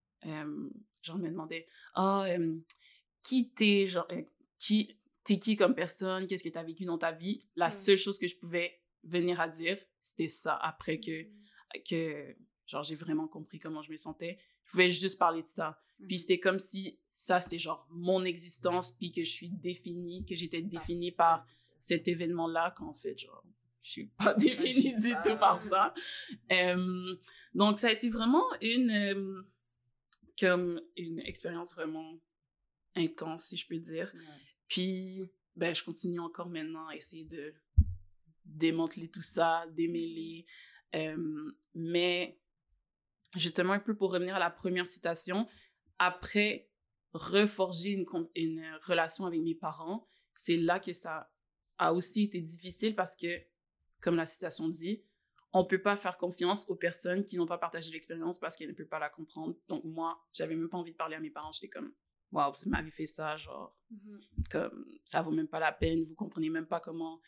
qui t'es, genre, t'es qui comme personne, qu'est-ce que t'as vécu dans ta vie, la seule chose que je pouvais venir à dire, c'était ça, après que genre, j'ai vraiment compris comment je me sentais, je pouvais juste parler de ça. Puis c'était comme si ça, c'était genre mon existence, puis que je suis définie, que j'étais définie par cet événement-là, qu'en fait, genre, je suis pas définie du tout par ça. Donc, ça a été vraiment une expérience vraiment intense, si je peux dire. Puis, ben, je continue encore maintenant à essayer de démanteler tout ça, démêler. Mais, justement, un peu pour revenir à la première citation, après reforger une relation avec mes parents, c'est là que ça a aussi été difficile parce que, comme la citation dit, on peut pas faire confiance aux personnes qui n'ont pas partagé l'expérience parce qu'elles ne peuvent pas la comprendre. Donc moi, j'avais même pas envie de parler à mes parents. J'étais comme, waouh, vous m'avez fait ça, genre, comme, ça vaut même pas la peine. Vous comprenez même pas comment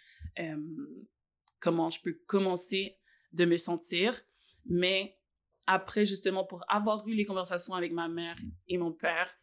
je peux commencer de me sentir. Mais après, justement, pour avoir eu les conversations avec ma mère et mon père,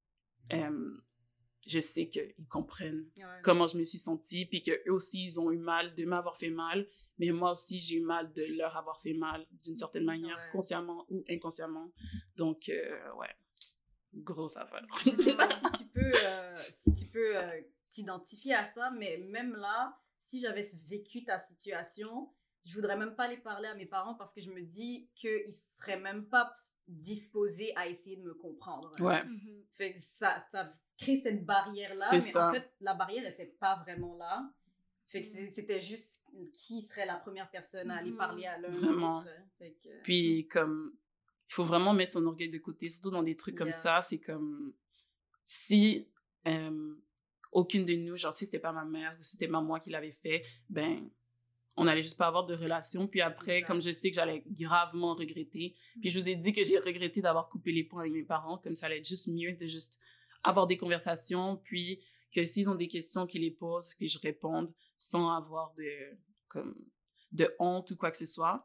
je sais qu'ils comprennent comment je me suis sentie, puis qu'eux aussi, ils ont eu mal de m'avoir fait mal, mais moi aussi, j'ai eu mal de leur avoir fait mal, d'une certaine manière, consciemment ou inconsciemment. Donc, grosse affaire. Je sais pas si tu peux t'identifier à ça, mais même là, si j'avais vécu ta situation, je voudrais même pas aller parler à mes parents parce que je me dis qu'ils seraient même pas disposés à essayer de me comprendre. Ouais. Fait que ça crée cette barrière-là, mais en fait, la barrière n'était pas vraiment là. Fait que c'était juste qui serait la première personne à aller parler à l'un ou l'autre. Puis, comme, il faut vraiment mettre son orgueil de côté, surtout dans des trucs comme ça. C'est comme, si aucune de nous, genre si c'était pas ma mère ou si c'était pas moi qui l'avais fait, ben, on allait juste pas avoir de relation. Puis après, comme je sais que j'allais gravement regretter, puis je vous ai dit que j'ai regretté d'avoir coupé les ponts avec mes parents, comme ça allait être juste mieux de juste avoir des conversations, puis que s'ils ont des questions, qu'ils les posent, que je réponde sans avoir comme de honte ou quoi que ce soit.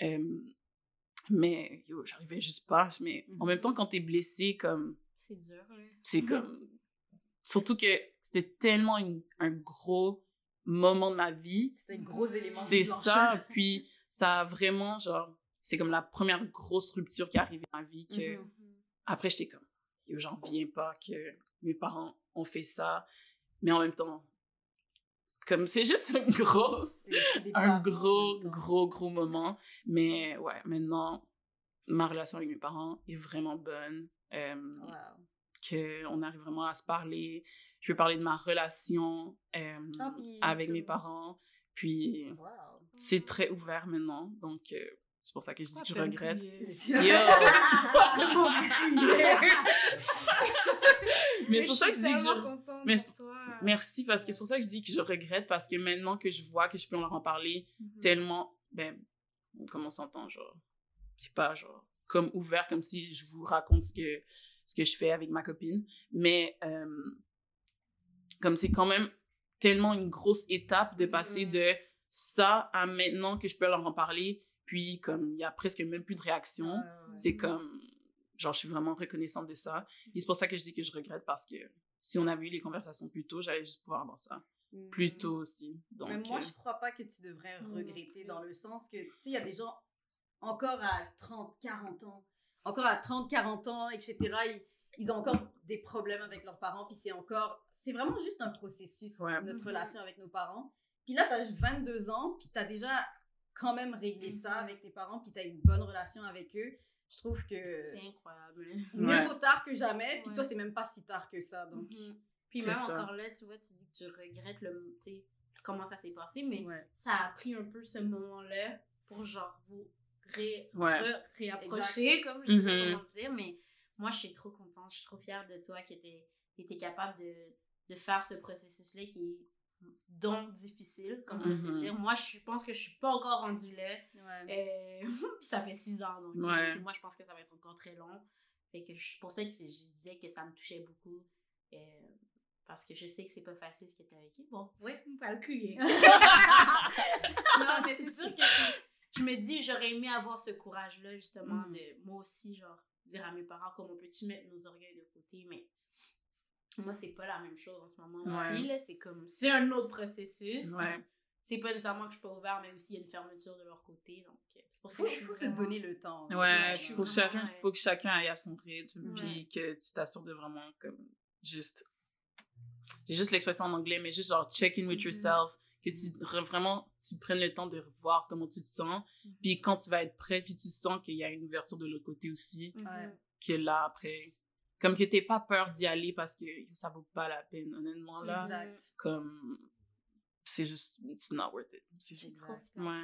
Mais j'arrivais juste pas. Mais en même temps, quand t'es blessé, comme... C'est dur, là. C'est comme... Surtout que c'était tellement un gros moment de ma vie. C'était un gros élément C'est déclencheur. ça. Puis ça a vraiment, genre... C'est comme la première grosse rupture qui est arrivée dans ma vie que... Après, j'étais comme... J'en reviens pas que mes parents ont fait ça. Mais en même temps, comme c'est juste un gros moment. Mais ouais, maintenant, ma relation avec mes parents est vraiment bonne. Qu'on arrive vraiment à se parler. Je peux parler de ma relation avec mes parents. Puis, c'est très ouvert maintenant. Donc, c'est pour ça que je dis que je regrette. Mais c'est pour ça que je dis que je... Merci, parce que c'est pour ça que je dis que je regrette, parce que maintenant que je vois que je peux leur en parler tellement, comme on s'entend, genre, c'est pas genre comme ouvert, comme si je vous raconte ce que je fais avec ma copine, mais comme c'est quand même tellement une grosse étape de passer de ça à maintenant que je peux leur en parler, puis comme il y a presque même plus de réaction, c'est comme, genre, je suis vraiment reconnaissante de ça. Et c'est pour ça que je dis que je regrette, parce que si on avait eu les conversations plus tôt, j'allais juste pouvoir avoir ça plus tôt aussi. Donc, mais moi, je crois pas que tu devrais regretter, dans le sens que, tu sais, il y a des gens encore à 30, 40 ans, etc., ils ont encore des problèmes avec leurs parents, puis c'est vraiment juste un processus, notre relation avec nos parents. Puis là, t'as 22 ans, puis t'as déjà quand même réglé ça avec tes parents, puis t'as une bonne relation avec eux. Je trouve que... C'est incroyable. Mieux vaut tard que jamais, puis toi, c'est même pas si tard que ça, donc... Puis même encore là, tu vois, tu dis que tu regrettes comment ça s'est passé, mais ça a pris un peu ce moment-là pour genre vous réapprocher, comme je sais pas comment dire, mais moi, je suis trop contente, je suis trop fière de toi qui était capable de faire ce processus-là qui est donc difficile, comme on peut dire. Moi, je pense que je suis pas encore rendue là. Puis ça fait 6 ans, donc puis moi, je pense que ça va être encore très long. Fait que pour ça que je disais que ça me touchait beaucoup. Parce que je sais que c'est pas facile ce que t'as vécu. Bon, on va le crier. Non, mais c'est sûr que je me dis, j'aurais aimé avoir ce courage-là, justement, de moi aussi, genre, dire à mes parents comment peux-tu mettre nos orgueils de côté, mais moi, c'est pas la même chose en ce moment aussi, là. C'est un autre processus. C'est pas nécessairement que je suis pas ouverte, mais aussi il y a une fermeture de leur côté, donc c'est pour ça que faut se donner le temps. Faut que chacun aille à son rythme, puis que tu t'assures de vraiment, comme, juste... J'ai juste l'expression en anglais, mais juste genre check in with yourself, que tu prennes le temps de revoir comment tu te sens, puis quand tu vas être prêt, puis tu sens qu'il y a une ouverture de l'autre côté aussi, que là, après, comme que t'aies pas peur d'y aller parce que ça vaut pas la peine, honnêtement, là. Comme, c'est juste, it's not worth it. C'est juste trop.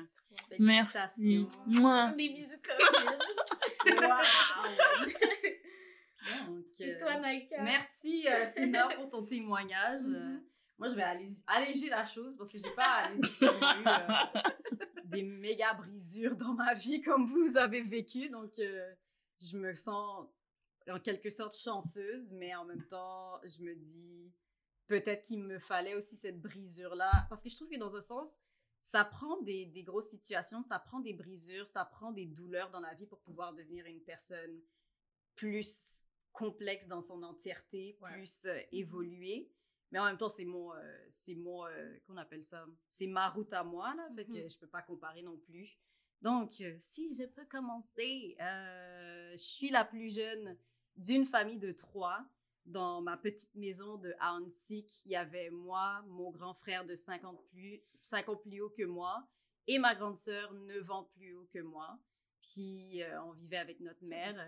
Merci. Mouah. Des bisous comme Wow! Donc, et toi, Naika? Merci, Sénat, pour ton témoignage. Moi, je vais alléger la chose parce que j'ai pas nécessairement eu des méga brisures dans ma vie comme vous avez vécu. Donc, je me sens en quelque sorte chanceuse, mais en même temps, je me dis peut-être qu'il me fallait aussi cette brisure-là. Parce que je trouve que dans un sens, ça prend des grosses situations, ça prend des brisures, ça prend des douleurs dans la vie pour pouvoir devenir une personne plus complexe dans son entièreté, plus évoluée. Mais en même temps, c'est mon qu'on appelle ça, c'est ma route à moi, là, fait que je peux pas comparer non plus. Donc, si je peux commencer, je suis la plus jeune d'une famille de 3. Dans ma petite maison de Ahuntsic, il y avait moi, mon grand frère de 5 ans plus haut que moi, et ma grande sœur 9 ans plus haut que moi. Puis, on vivait avec notre mère.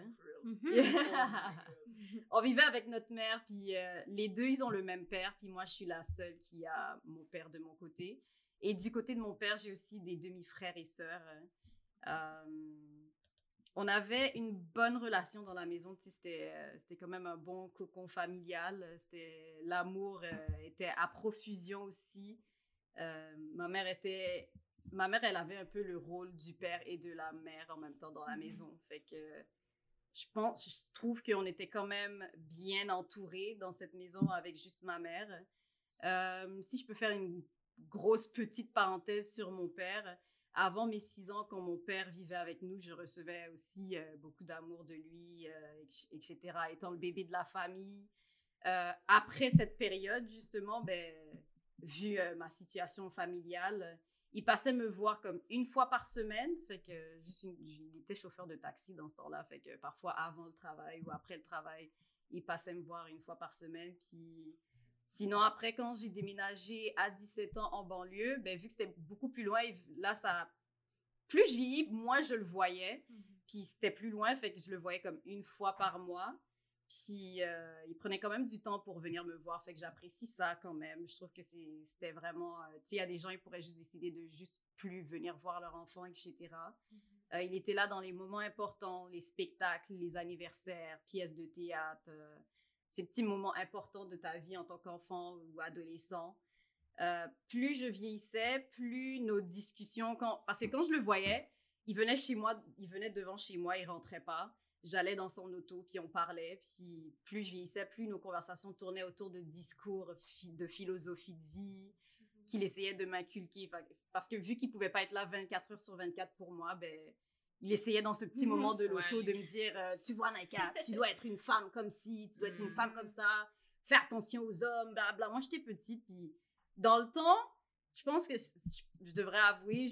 On vivait avec notre mère, puis les deux, ils ont le même père, puis moi, je suis la seule qui a mon père de mon côté. Et du côté de mon père, j'ai aussi des demi-frères et sœurs. On avait une bonne relation dans la maison, tu sais, c'était quand même un bon cocon familial. L'amour était à profusion aussi. Ma mère, elle avait un peu le rôle du père et de la mère en même temps dans la maison. Fait que je trouve qu'on était quand même bien entourés dans cette maison avec juste ma mère. Si je peux faire une grosse petite parenthèse sur mon père. Avant mes 6 ans, quand mon père vivait avec nous, je recevais aussi beaucoup d'amour de lui, etc., étant le bébé de la famille. Après cette période, justement, vu ma situation familiale, il passait me voir comme une fois par semaine. Fait que il était chauffeur de taxi dans ce temps-là. Fait que parfois avant le travail ou après le travail, il passait me voir une fois par semaine. Puis sinon, après, quand j'ai déménagé à 17 ans en banlieue, vu que c'était beaucoup plus loin, là, plus je vieillis, moins je le voyais. Puis c'était plus loin, fait que je le voyais comme une fois par mois. Puis il prenait quand même du temps pour venir me voir, fait que j'apprécie ça quand même. Je trouve que c'était vraiment... tu sais, il y a des gens, ils pourraient juste décider de juste plus venir voir leur enfant, etc. Il était là dans les moments importants, les spectacles, les anniversaires, pièces de théâtre, ces petits moments importants de ta vie en tant qu'enfant ou adolescent. Plus je vieillissais, plus nos discussions... Parce que quand je le voyais, il venait devant chez moi, il rentrait pas. J'allais dans son auto, puis on parlait. Puis plus je vieillissais, plus nos conversations tournaient autour de discours, de philosophie de vie, qu'il essayait de m'inculquer. Parce que vu qu'il pouvait pas être là 24 heures sur 24 pour moi, il essayait dans ce petit moment de l'auto de me dire « Tu vois, Naika, tu dois être une femme comme ci, tu dois être une femme comme ça, fais attention aux hommes, blablabla. » Moi, j'étais petite, puis dans le temps, je pense que je devrais avouer,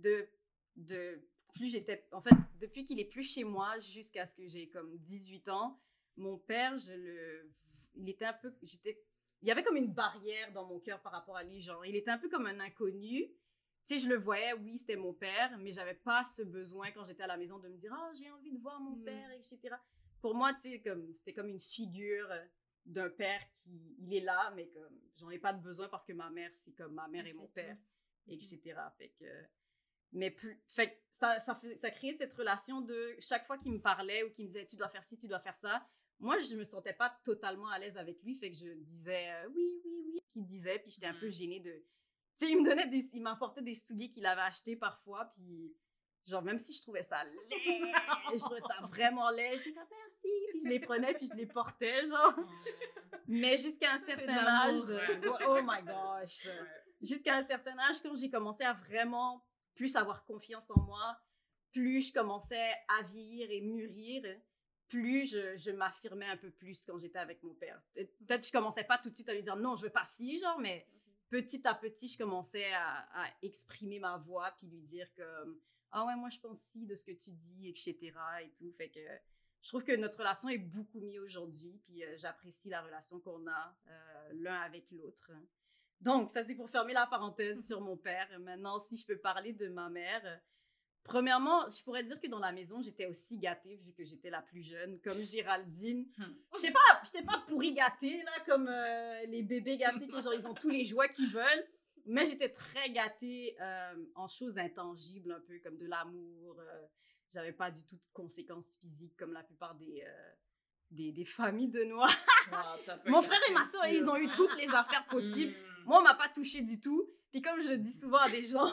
en fait, depuis qu'il est plus chez moi jusqu'à ce que j'ai comme 18 ans, mon père, il était un peu, il y avait comme une barrière dans mon cœur par rapport à lui, genre, il était un peu comme un inconnu. Tu sais, je le voyais, oui, c'était mon père, mais j'avais pas ce besoin quand j'étais à la maison de me dire « Oh, j'ai envie de voir mon père, etc. » Pour moi, tu sais, c'était comme une figure d'un père il est là, mais comme, j'en ai pas de besoin parce que ma mère, c'est comme ma mère et mon père, etc. Fait que... fait que ça créait cette relation de chaque fois qu'il me parlait ou qu'il me disait tu dois faire ci, tu dois faire ça. Moi, je me sentais pas totalement à l'aise avec lui, fait que je disais oui, qu'il disait, puis j'étais un peu gênée de. Tu sais, il m'apportait des souliers qu'il avait achetés parfois, puis genre même si je trouvais ça laid, je trouvais ça vraiment laid, je disais merci, puis je les prenais puis je les portais genre. Mais jusqu'à un certain âge, oh my gosh, jusqu'à un certain âge quand j'ai commencé à vraiment plus avoir confiance en moi, plus je commençais à vieillir et mûrir, plus je m'affirmais un peu plus quand j'étais avec mon père. Peut-être que je commençais pas tout de suite à lui dire non, je veux pas ci, genre, mais petit à petit, je commençais à exprimer ma voix puis lui dire comme ah ouais, moi je pense ci de ce que tu dis, etc. et tout. Fait que je trouve que notre relation est beaucoup mieux aujourd'hui, puis j'apprécie la relation qu'on a l'un avec l'autre. Donc, ça, c'est pour fermer la parenthèse sur mon père. Maintenant, si je peux parler de ma mère, premièrement, je pourrais dire que dans la maison, j'étais aussi gâtée, vu que j'étais la plus jeune, comme Géraldine. J'étais pas pourri gâtée, là, comme les bébés gâtés, que genre, ils ont tous les jouets qu'ils veulent. Mais j'étais très gâtée en choses intangibles, un peu comme de l'amour. J'avais pas du tout de conséquences physiques, comme la plupart des familles de Noirs. Mon frère et ma soeur, ils ont eu toutes les affaires possibles. Moi, on m'a pas touchée du tout. Puis comme je dis souvent à des gens...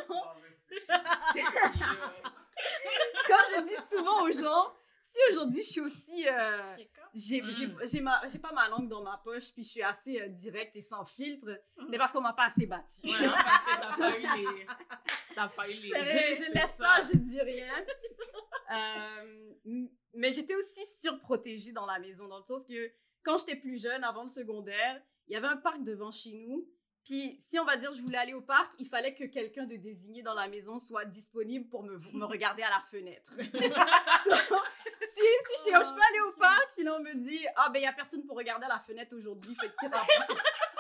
Comme je dis souvent aux gens, si aujourd'hui je suis aussi... j'ai pas ma langue dans ma poche, puis je suis assez directe et sans filtre, c'est parce qu'on m'a pas assez battue. Ouais, parce que t'as pas eu les... Je laisse ça, je dis rien. Mais j'étais aussi surprotégée dans la maison, dans le sens que quand j'étais plus jeune, avant le secondaire, il y avait un parc devant chez nous. Puis, si on va dire je voulais aller au parc, il fallait que quelqu'un de désigné dans la maison soit disponible pour me regarder à la fenêtre. Si je peux aller au parc, sinon on me dit « Ah, il n'y a personne pour regarder à la fenêtre aujourd'hui, fait que tu iras pas. »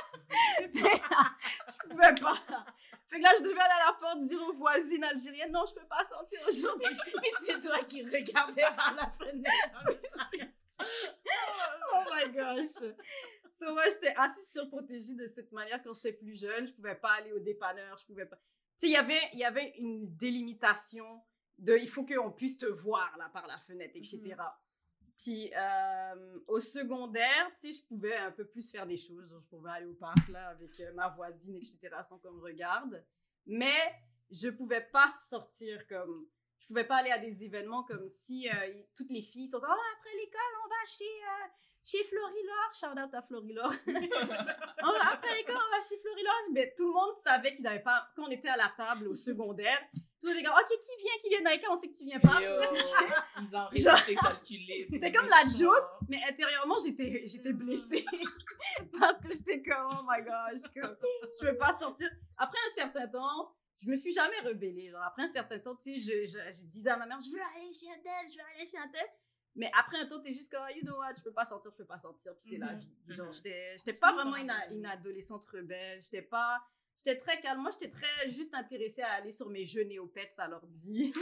Je pouvais pas. Fait que là, je devais aller à la porte dire aux voisines algériennes « Non, je peux pas sortir aujourd'hui. » Mais c'est toi qui regardais par la fenêtre. Oh my gosh. So, moi, j'étais assez surprotégée de cette manière quand j'étais plus jeune. Je pouvais pas aller au dépanneur, je pouvais pas... Tu sais, il y avait une délimitation de... Il faut qu'on puisse te voir, là, par la fenêtre, etc. Puis, au secondaire, tu sais, je pouvais un peu plus faire des choses. Genre, je pouvais aller au parc, là, avec ma voisine, etc., sans qu'on me regarde. Mais je pouvais pas sortir comme... Je pouvais pas aller à des événements comme si toutes les filles sont comme « Oh, après l'école, on va chez chez Florilor, shout out à Florilor. Après l'école, on va chez Florilor. Mais tout le monde savait qu'ils n'avaient pas, quand on était à la table au secondaire, tout le monde était comme, ok, qui vient Nike, on sait que tu viens pas. Ils ont resté calculé. C'était comme la joke, mais intérieurement, j'étais blessée. Parce que j'étais comme, oh my gosh, je peux pas sortir. Après un certain temps, je me suis jamais rebellée. Genre, après un certain temps, tu sais, je disais à ma mère, je veux aller chez un tel. Mais après un temps, t'es juste comme, you know what, je peux pas sortir, puis c'est la vie. Genre, j'étais pas vraiment une adolescente rebelle. J'étais très calme. Moi, j'étais très juste intéressée à aller sur mes jeux néopets à l'ordi.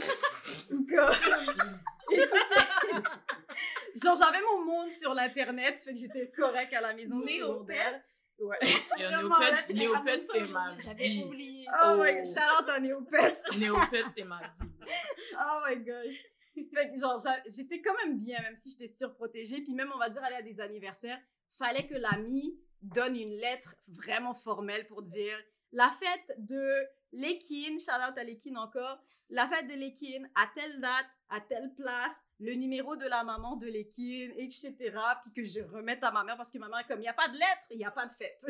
Genre, j'avais mon monde sur l'Internet, fait que j'étais correcte à la maison au secondaire. Ouais. Néopets, c'était ma vie. J'avais oublié. Oh my god, shout out à Néopets. Néopets, c'était ma vie. Oh my gosh. Fait que genre, j'étais quand même bien, même si j'étais surprotégée. Puis même, on va dire, aller à des anniversaires, fallait que l'ami donne une lettre vraiment formelle pour dire la fête de Lékine, shout-out à Lékine encore, la fête de Lékine à telle date, à telle place, le numéro de la maman de Lékine, etc. Puis que je remette à ma mère parce que ma mère est comme, il n'y a pas de lettre, il n'y a pas de fête.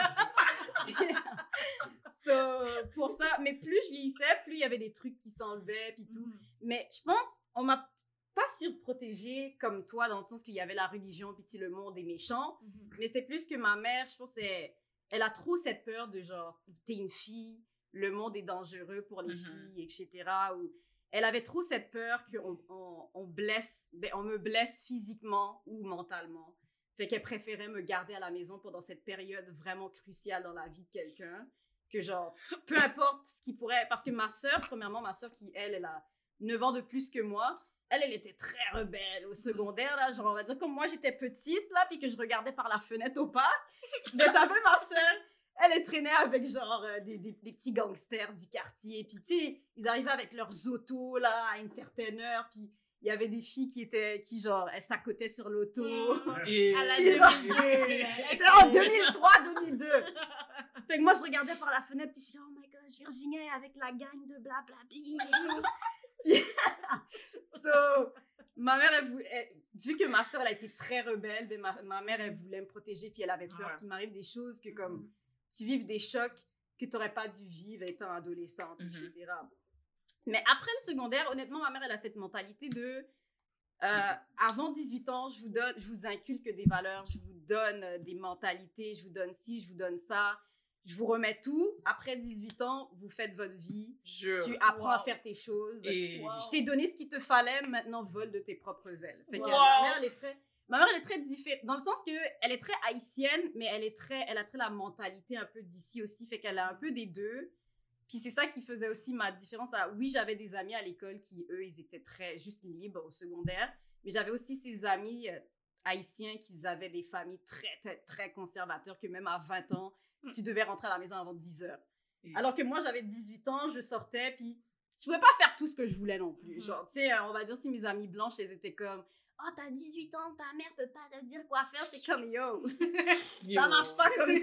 Pour ça, mais plus je vieillissais, plus il y avait des trucs qui s'enlevaient, puis tout. Mais je pense, on m'a pas surprotégée comme toi, dans le sens qu'il y avait la religion, puis le monde est méchant. Mais c'est plus que ma mère, je pense, elle a trop cette peur de genre, t'es une fille, le monde est dangereux pour les filles, etc. Ou elle avait trop cette peur qu'on me blesse physiquement ou mentalement. Fait qu'elle préférait me garder à la maison pendant cette période vraiment cruciale dans la vie de quelqu'un. Que genre, peu importe ce qui pourrait... Parce que ma sœur, premièrement, qui, elle a 9 ans de plus que moi, elle était très rebelle au secondaire, là. Genre, on va dire, comme moi, j'étais petite, là, puis que je regardais par la fenêtre au parc. Mais t'avais ma sœur, elle traînait avec, genre, des petits gangsters du quartier. Puis, tu sais, ils arrivaient avec leurs autos, là, à une certaine heure, puis il y avait des filles qui genre, elles s'accotaient sur l'auto. Et à la 2002. En 2003-2002. Fait que moi, je regardais par la fenêtre, puis je disais, oh my god, Virginie avec la gang de blablabli. Ma mère, vu que ma soeur, elle a été très rebelle, ben ma mère, elle voulait me protéger, puis elle avait peur qu'il m'arrive des choses que comme, tu vives des chocs que tu n'aurais pas dû vivre étant adolescente, etc. Mais après le secondaire, honnêtement, ma mère, elle a cette mentalité de avant 18 ans, je vous inculque des valeurs, je vous donne des mentalités, je vous donne ci, je vous donne ça. Je vous remets tout. Après 18 ans, vous faites votre vie. Tu apprends à faire tes choses. Je t'ai donné ce qu'il te fallait. Maintenant, vole de tes propres ailes. Fait que ma mère, elle est très différente. Dans le sens qu'elle est très haïtienne, mais elle a très la mentalité un peu d'ici aussi. Fait qu'elle a un peu des deux. Puis c'est ça qui faisait aussi ma différence. Oui, j'avais des amis à l'école qui, eux, ils étaient très juste libres au secondaire. Mais j'avais aussi ces amis haïtiens qui avaient des familles très, très, très conservateurs que même à 20 ans, tu devais rentrer à la maison avant 10 heures. Alors que moi, j'avais 18 ans, je sortais, puis je pouvais pas faire tout ce que je voulais non plus. Genre, tu sais, on va dire si mes amies blanches, elles étaient comme « Oh, t'as 18 ans, ta mère peut pas te dire quoi faire. » C'est comme « Yo, ça marche pas comme ça. »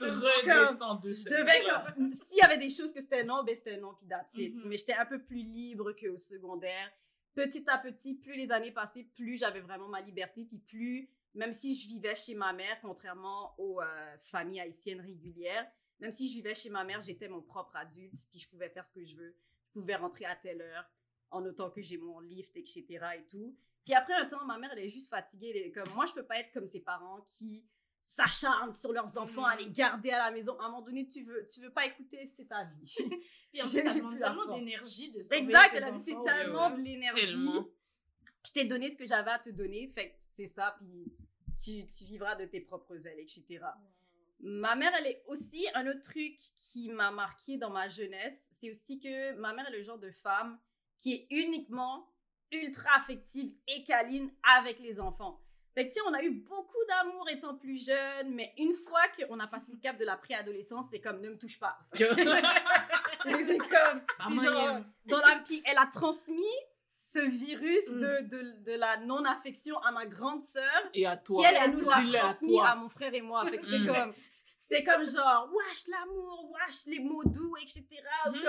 S'il y avait des choses que c'était non, ben c'était non, puis that's it. Mais j'étais un peu plus libre qu'au secondaire. Petit à petit, plus les années passaient, plus j'avais vraiment ma liberté, puis plus... Même si je vivais chez ma mère, contrairement aux familles haïtiennes régulières, même si je vivais chez ma mère, j'étais mon propre adulte, puis je pouvais faire ce que je veux. Je pouvais rentrer à telle heure, en autant que j'ai mon lift, etc. et tout. Puis après un temps, ma mère, elle est juste fatiguée. Elle est comme, moi, je peux pas être comme ses parents qui s'acharnent sur leurs enfants à les garder à la maison. À un moment donné, tu veux pas écouter, c'est ta vie. Puis en plus, ça demande tellement d'énergie de sauver Exact, tes elle a dit, enfants. c'est tellement de l'énergie. Tellement. Je t'ai donné ce que j'avais à te donner, fait que c'est ça, puis tu vivras de tes propres ailes, etc. Ma mère, elle est aussi un autre truc qui m'a marqué dans ma jeunesse, c'est aussi que ma mère est le genre de femme qui est uniquement ultra affective et câline avec les enfants. Fait que, tu sais, on a eu beaucoup d'amour étant plus jeune, mais une fois qu'on a passé le cap de la préadolescence, c'est comme, ne me touche pas. C'est comme, c'est genre, puis elle a transmis ce virus de la non-affection à ma grande sœur. Et à toi. Qui, elle nous l'a transmis à mon frère et moi. Fait que c'était comme genre, wesh l'amour, wesh les mots doux, etc. Comme,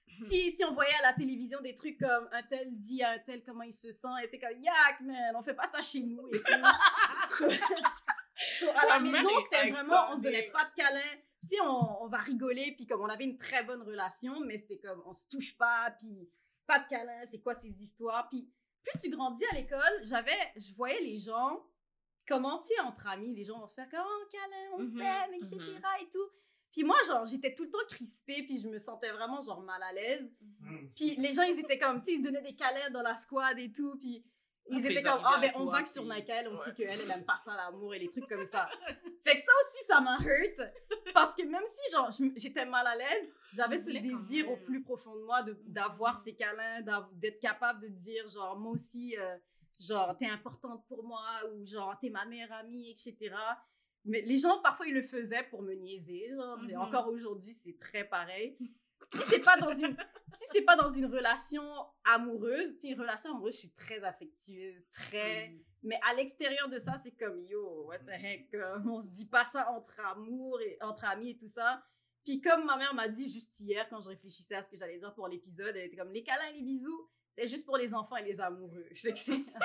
Si on voyait à la télévision des trucs comme un tel dit à un tel comment il se sent, elle était comme, yak, man, on fait pas ça chez nous. Et tout. À la maison, c'était vraiment, on se donnait pas de câlins. Tu sais, on va rigoler, puis comme on avait une très bonne relation, mais c'était comme, on se touche pas, puis pas de câlins, c'est quoi ces histoires. Puis plus tu grandis à l'école, je voyais les gens, comment, tu sais, entre amis, les gens vont se faire comme, oh, câlin, on s'aime, etc. et tout. Puis moi, genre, j'étais tout le temps crispée, puis je me sentais vraiment, genre, mal à l'aise. Puis les gens, ils étaient comme, tu sais, ils se donnaient des câlins dans la squad et tout, puis ils étaient comme, ah, ben, on vague sur Michael, on sait qu'elle, elle aime pas ça, l'amour et les trucs comme ça. Fait que ça aussi, ça m'a hurt, parce que même si, genre, j'étais mal à l'aise, j'avais ce désir au plus profond de moi d'avoir ces câlins, d'être capable de dire, genre, moi aussi, genre, t'es importante pour moi, ou genre, t'es ma meilleure amie, etc. Mais les gens, parfois, ils le faisaient pour me niaiser, genre, encore aujourd'hui, c'est très pareil. Si c'est pas dans une relation amoureuse, une relation amoureuse, je suis très affectueuse, très... Mais à l'extérieur de ça, c'est comme, yo, what the heck, on se dit pas ça entre amis et tout ça. Puis comme ma mère m'a dit juste hier, quand je réfléchissais à ce que j'allais dire pour l'épisode, elle était comme, les câlins et les bisous, c'est juste pour les enfants et les amoureux. Fait que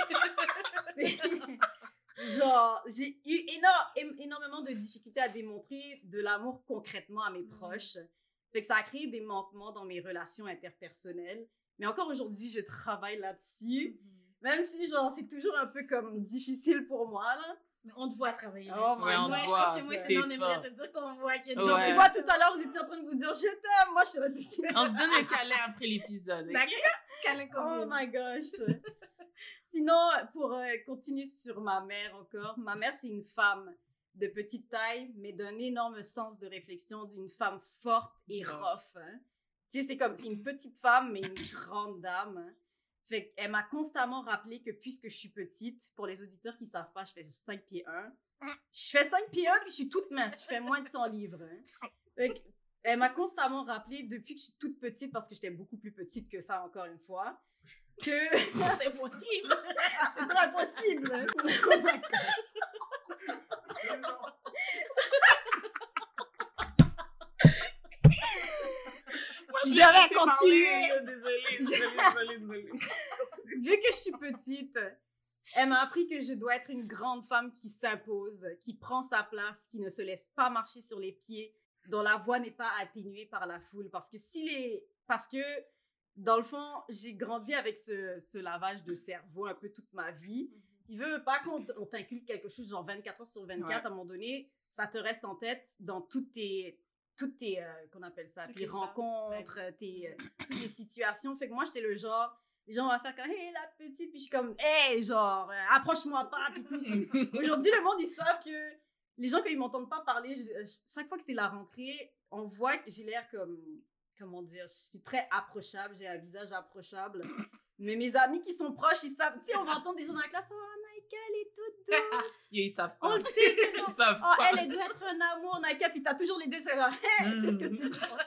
genre, j'ai eu énormément de difficultés à démontrer de l'amour concrètement à mes proches. Fait que ça a créé des manquements dans mes relations interpersonnelles. Mais encore aujourd'hui, je travaille là-dessus. Même si, genre, c'est toujours un peu comme difficile pour moi, là. Mais on te voit travailler. Oh my God. Je pense que moi, on aimerait te dire qu'on voit que... Genre, tu vois, tout à l'heure, vous étiez en train de vous dire « Je t'aime ». Moi, je suis restée... On se donne un câlin après l'épisode, ok? Câlin comme Oh my gosh. Sinon, pour continuer sur ma mère encore, ma mère, c'est une femme de petite taille, mais d'un énorme sens de réflexion, d'une femme forte et rough. Hein. Tu sais, c'est une petite femme, mais une grande dame. Hein. Fait qu'elle m'a constamment rappelé que puisque je suis petite, pour les auditeurs qui savent pas, je fais 5 pieds 1. Je fais 5 pieds 1, puis je suis toute mince. Je fais moins de 100 livres. Hein. Fait qu'elle m'a constamment rappelé, depuis que je suis toute petite, parce que j'étais beaucoup plus petite que ça, encore une fois, que... c'est possible. C'est très possible. Hein. Oh my gosh. J'aurais continué. Désolée. Vu que je suis petite, elle m'a appris que je dois être une grande femme qui s'impose, qui prend sa place, qui ne se laisse pas marcher sur les pieds, dont la voix n'est pas atténuée par la foule. Parce que dans le fond, j'ai grandi avec ce lavage de cerveau un peu toute ma vie. Il veut pas qu'on t'inculque quelque chose genre 24 heures sur 24, à un moment donné, ça te reste en tête dans toutes tes qu'on appelle ça, tes rencontres, toutes les situations. Fait que moi, j'étais le genre, les gens vont faire comme, hey, la petite, puis je suis comme, hey, genre, approche-moi pas, puis tout. Aujourd'hui, le monde, ils savent que les gens, quand ils m'entendent pas parler, chaque fois que c'est la rentrée, on voit que j'ai l'air comme, comment dire, je suis très approchable, j'ai un visage approchable. Mais mes amis qui sont proches, ils savent, tu sais, on va entendre des gens dans la classe, oh, Naika, elle est toute douce. Ils savent pas. On le sait, que genre, Ils savent oh, pas. elle doit être un amour, Naika, puis t'as toujours les deux, c'est genre, hey, c'est ce que tu penses.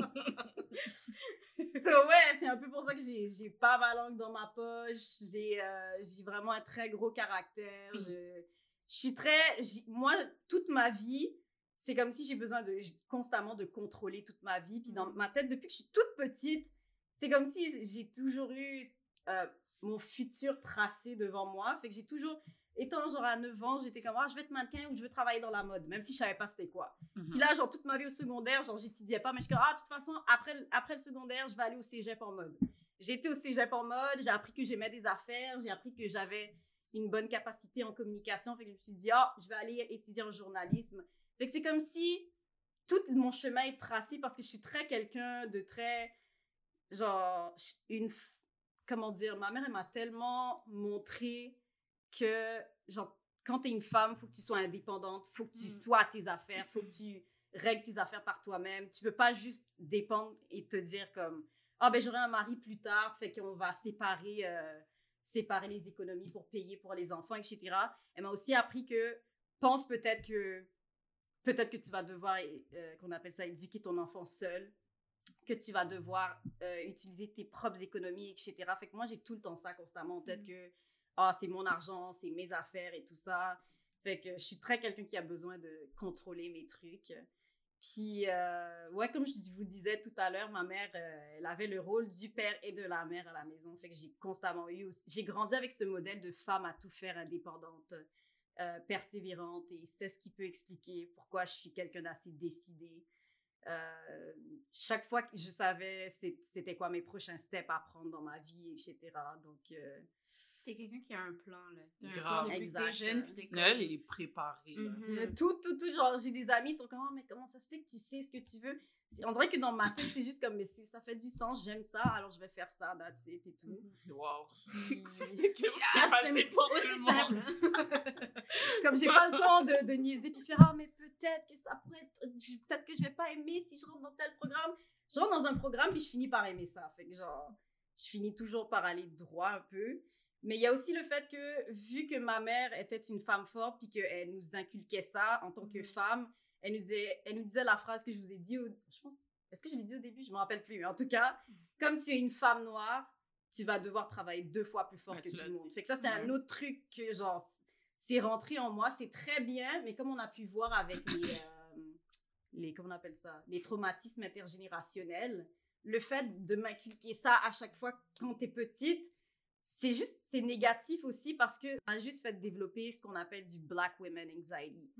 Ouais, c'est un peu pour ça que j'ai pas ma langue dans ma poche, j'ai vraiment un très gros caractère, je suis moi, toute ma vie, c'est comme si j'ai besoin constamment de contrôler toute ma vie, puis dans ma tête, depuis que je suis toute petite, c'est comme si j'ai toujours eu mon futur tracé devant moi. Fait que j'ai toujours, étant genre à 9 ans, j'étais comme, je vais être mannequin ou je veux travailler dans la mode, même si je savais pas c'était quoi. Puis là, genre, toute ma vie au secondaire, genre, j'étudiais pas, mais je suis comme, de toute façon, après le secondaire, je vais aller au cégep en mode. J'ai été au cégep en mode, j'ai appris que j'aimais des affaires, j'ai appris que j'avais une bonne capacité en communication. Fait que je me suis dit, je vais aller étudier en journalisme. Fait que c'est comme si tout mon chemin est tracé parce que je suis quelqu'un de très... Genre, comment dire, ma mère, elle m'a tellement montré que, genre, quand t'es une femme, faut que tu sois indépendante, faut que tu sois à tes affaires, faut que tu règles tes affaires par toi-même. Tu peux pas juste dépendre et te dire comme, ben j'aurai un mari plus tard, fait qu'on va séparer les économies pour payer pour les enfants, etc. Elle m'a aussi appris que, pense peut-être que tu vas devoir, qu'on appelle ça, éduquer ton enfant seul, que tu vas devoir utiliser tes propres économies, etc. Fait que moi, j'ai tout le temps ça constamment en tête que c'est mon argent, c'est mes affaires et tout ça. Fait que je suis quelqu'un qui a besoin de contrôler mes trucs. Puis, ouais, comme je vous disais tout à l'heure, ma mère, elle avait le rôle du père et de la mère à la maison. Fait que j'ai constamment eu aussi... J'ai grandi avec ce modèle de femme à tout faire, indépendante, persévérante, et c'est ce qui peut expliquer pourquoi je suis quelqu'un d'assez décidé. Chaque fois que je savais c'était quoi mes prochains steps à prendre dans ma vie, etc. Donc, T'es quelqu'un qui a un plan, là. T'as un Grave. plan depuis que Exact. t'es jeune, puis t'es comme... Elle est préparée, là. tout, genre, j'ai des amis qui sont comme, mais comment ça se fait que tu sais ce que tu veux? On dirait que dans ma tête, c'est juste comme, mais ça fait du sens, j'aime ça, alors je vais faire ça, that's it, et tout. Wow. Puis- C'est facile pour tout le monde. Comme j'ai pas le temps de niaiser puis faire, mais peut-être que ça pourrait être, peut-être que je vais pas aimer si je rentre dans tel programme. Je rentre dans un programme puis je finis par aimer ça. Fait que genre, je finis toujours par aller droit un peu. Mais il y a aussi le fait que, vu que ma mère était une femme forte puis qu'elle nous inculquait ça en tant que femme, elle nous disait la phrase que je vous ai dit, je pense, est-ce que je l'ai dit au début? Je me rappelle plus. Mais en tout cas, comme tu es une femme noire, tu vas devoir travailler 2 fois plus fort que tout le monde. Fait que ça, c'est un autre truc que, genre, c'est rentré en moi. C'est très bien, mais comme on a pu voir avec comment on appelle ça? Les traumatismes intergénérationnels, le fait de m'inculquer ça à chaque fois quand t'es petite, c'est négatif aussi parce que ça a juste fait développer ce qu'on appelle du Black Women Anxiety.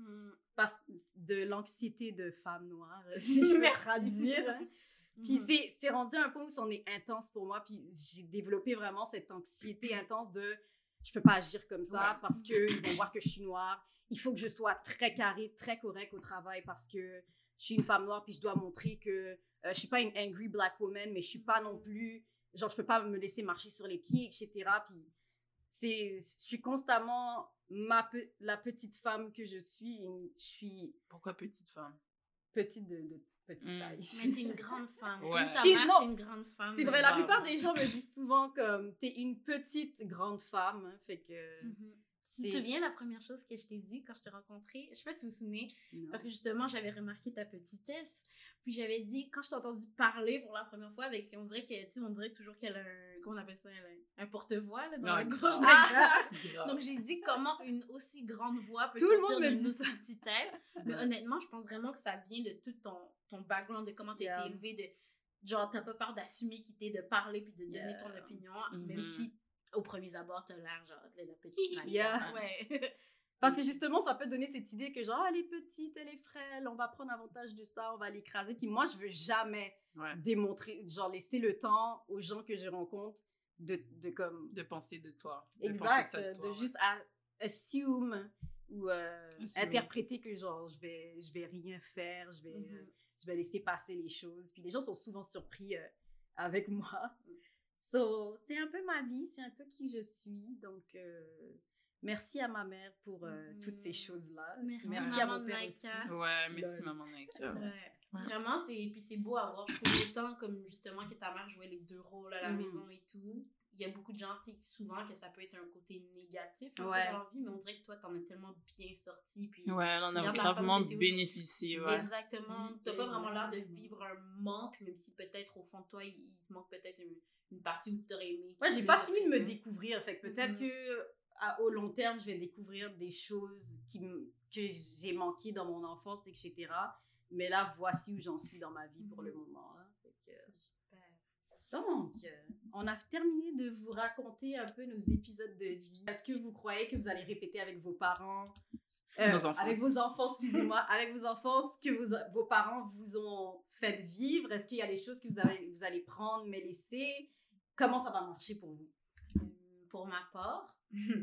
De l'anxiété de femme noire, si je peux traduire. Hein. Puis c'est rendu un point où c'en est intense pour moi. Puis j'ai développé vraiment cette anxiété intense de je peux pas agir comme ça parce qu'ils vont voir que je suis noire. Il faut que je sois très carrée, très correcte au travail parce que je suis une femme noire puis je dois montrer que je suis pas une angry Black woman, mais je suis pas non plus... Genre, je peux pas me laisser marcher sur les pieds, etc. Puis je suis constamment la petite femme que je suis. Je suis... Pourquoi petite femme? Petite de petite taille. Mais t'es une grande femme. Ouais. Ta mère, t'es une grande femme. C'est vrai, la plupart des gens me disent souvent comme t'es une petite grande femme. Hein, fait que... Tu te souviens la première chose que je t'ai dit quand je t'ai rencontrée? Je sais pas si vous vous souvenez, parce que justement, j'avais remarqué ta petitesse. Puis j'avais dit, quand je t'ai entendu parler pour la première fois, avec, on dirait que, tu sais, on dirait toujours qu'elle a un, comment on appelle ça, un porte-voix là, dans la gorge de la gueule. Donc j'ai dit comment une aussi grande voix peut sortir d'une aussi petite tête. Mais honnêtement, je pense vraiment que ça vient de tout ton background, de comment t'as été élevée, de genre, t'as pas peur d'assumer qui t'es, de parler puis de donner ton opinion, même si au premier abord, t'as l'air genre de la petite Maïka. Ouais. Parce que justement, ça peut donner cette idée que genre, elle est petite, elle est frêle, on va prendre avantage de ça, on va l'écraser. Puis moi, je veux jamais démontrer, genre laisser le temps aux gens que je rencontre de comme... De penser de toi. Exact, de juste assume ou interpréter que genre, je vais rien faire, je vais laisser passer les choses. Puis les gens sont souvent surpris avec moi. So, c'est un peu ma vie, c'est un peu qui je suis. Donc, merci à ma mère pour toutes ces choses-là. Merci à mon père aussi. Ouais, merci maman Naika. Ouais. Vraiment, puis c'est beau à voir. Je trouve autant comme justement que ta mère jouait les 2 rôles à la maison et tout. Il y a beaucoup de gens, tu sais, souvent que ça peut être un côté négatif dans leur vie, mais on dirait que toi, t'en as tellement bien sorti. Puis ouais, elle en a gravement bénéficié. Ouais. Exactement. T'as pas vraiment l'air de vivre un manque, même si peut-être au fond de toi, il manque peut-être une partie où t'aurais aimé. Ouais, j'ai pas fini de me découvrir. Fait que peut-être que au long terme, je vais découvrir des choses que j'ai manquées dans mon enfance, etc. Mais là, voici où j'en suis dans ma vie pour le moment. Hein. Fait que, c'est super. Donc, on a terminé de vous raconter un peu nos épisodes de vie. Est-ce que vous croyez que vous allez répéter avec vos parents, avec vos enfants, excusez-moi, avec vos enfants, ce que vos parents vous ont fait vivre? Est-ce qu'il y a des choses que vous allez prendre, mais laisser? Comment ça va marcher pour vous? Pour ma part,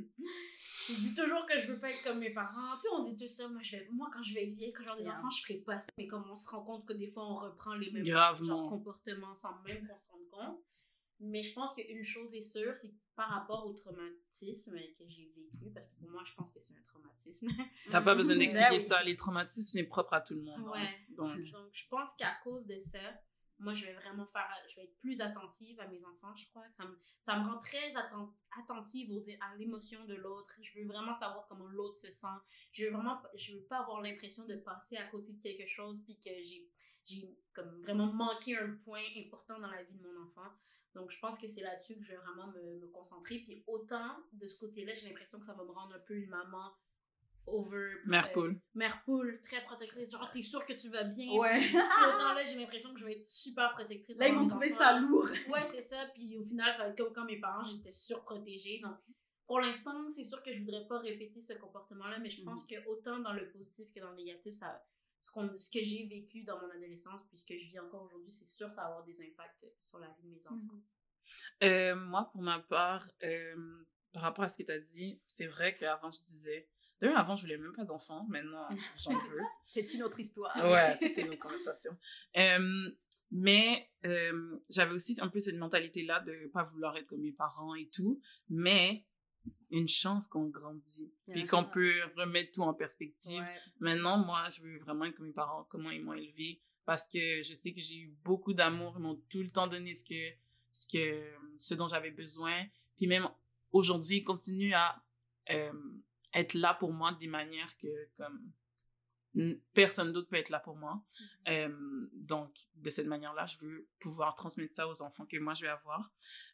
je dis toujours que je veux pas être comme mes parents. Tu sais, on dit tout ça. Moi, quand je vais être vieille, quand j'aurai des enfants, je ferai pas ça. Mais comme on se rend compte que des fois, on reprend les mêmes comportements sans même qu'on se rende compte. Mais je pense qu'une chose est sûre, c'est que par rapport au traumatisme que j'ai vécu, parce que pour moi, je pense que c'est un traumatisme. T'as pas besoin d'expliquer ça. Les traumatismes sont propres à tout le monde. Ouais. Hein. Donc, je pense qu'à cause de ça, moi, je vais être plus attentive à mes enfants, je crois. Ça me rend très attentive à l'émotion de l'autre. Je veux vraiment savoir comment l'autre se sent. Je veux pas avoir l'impression de passer à côté de quelque chose puis que j'ai comme vraiment manqué un point important dans la vie de mon enfant. Donc, je pense que c'est là-dessus que je vais vraiment me concentrer. Puis autant, de ce côté-là, j'ai l'impression que ça va me rendre un peu une maman Mère poule. Mère poule, très protectrice. Genre, t'es sûre que tu vas bien. Ouais. Puis autant là, j'ai l'impression que je vais être super protectrice. Là, ils vont trouver ça lourd. Ouais, c'est ça. Puis au final, ça va être comme mes parents, j'étais surprotégée. Donc, pour l'instant, c'est sûr que je voudrais pas répéter ce comportement-là, mais je pense que autant dans le positif que dans le négatif, ce que j'ai vécu dans mon adolescence, puis ce que je vis encore aujourd'hui, c'est sûr que ça va avoir des impacts sur la vie de mes enfants. Moi, pour ma part, par rapport à ce que tu as dit, c'est vrai qu'avant, je disais... D'ailleurs, avant, je voulais même pas d'enfants. Maintenant, j'en veux. C'est une autre histoire. Ouais, ça, c'est une autre conversation. Mais j'avais aussi un peu cette mentalité-là de pas vouloir être comme mes parents et tout. Mais une chance qu'on grandit. Puis qu'on peut remettre tout en perspective. Ouais. Maintenant, moi, je veux vraiment être comme mes parents, comment ils m'ont élevé. Parce que je sais que j'ai eu beaucoup d'amour. Ils m'ont tout le temps donné ce dont j'avais besoin. Puis même aujourd'hui, ils continuent à... être là pour moi des manières que comme personne d'autre peut être là pour moi. Donc, de cette manière-là, je veux pouvoir transmettre ça aux enfants que moi, je vais avoir.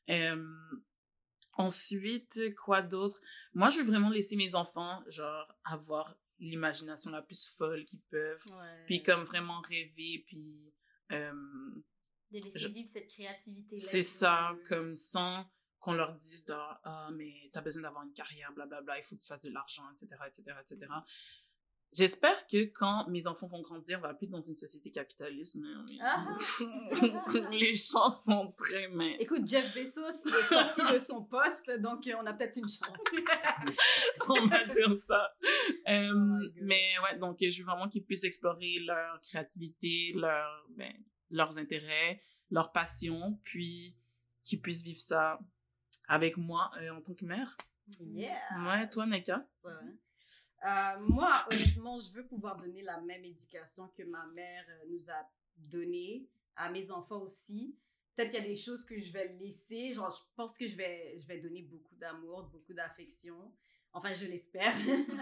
Ensuite, quoi d'autre? Moi, je veux vraiment laisser mes enfants, genre, avoir l'imagination la plus folle qu'ils peuvent. Ouais. Puis comme vraiment rêver, puis... de laisser vivre cette créativité-là. C'est ça, comme sans... qu'on leur dise genre, ah, mais t'as besoin d'avoir une carrière, blablabla, il faut que tu fasses de l'argent, etc., etc., etc. J'espère que quand mes enfants vont grandir, on va plus être dans une société capitaliste, mais les chances sont très minces. Écoute, Jeff Bezos, il est sorti de son poste, donc on a peut-être une chance. On va dire ça. Mais ouais, donc je veux vraiment qu'ils puissent explorer leur créativité, leurs intérêts, leurs passions, puis qu'ils puissent vivre ça avec moi en tant que mère. Yeah! Ouais, toi, Neka? Moi, honnêtement, je veux pouvoir donner la même éducation que ma mère nous a donnée à mes enfants aussi. Peut-être qu'il y a des choses que je vais laisser. Genre, je pense que je vais donner beaucoup d'amour, beaucoup d'affection. Enfin, je l'espère.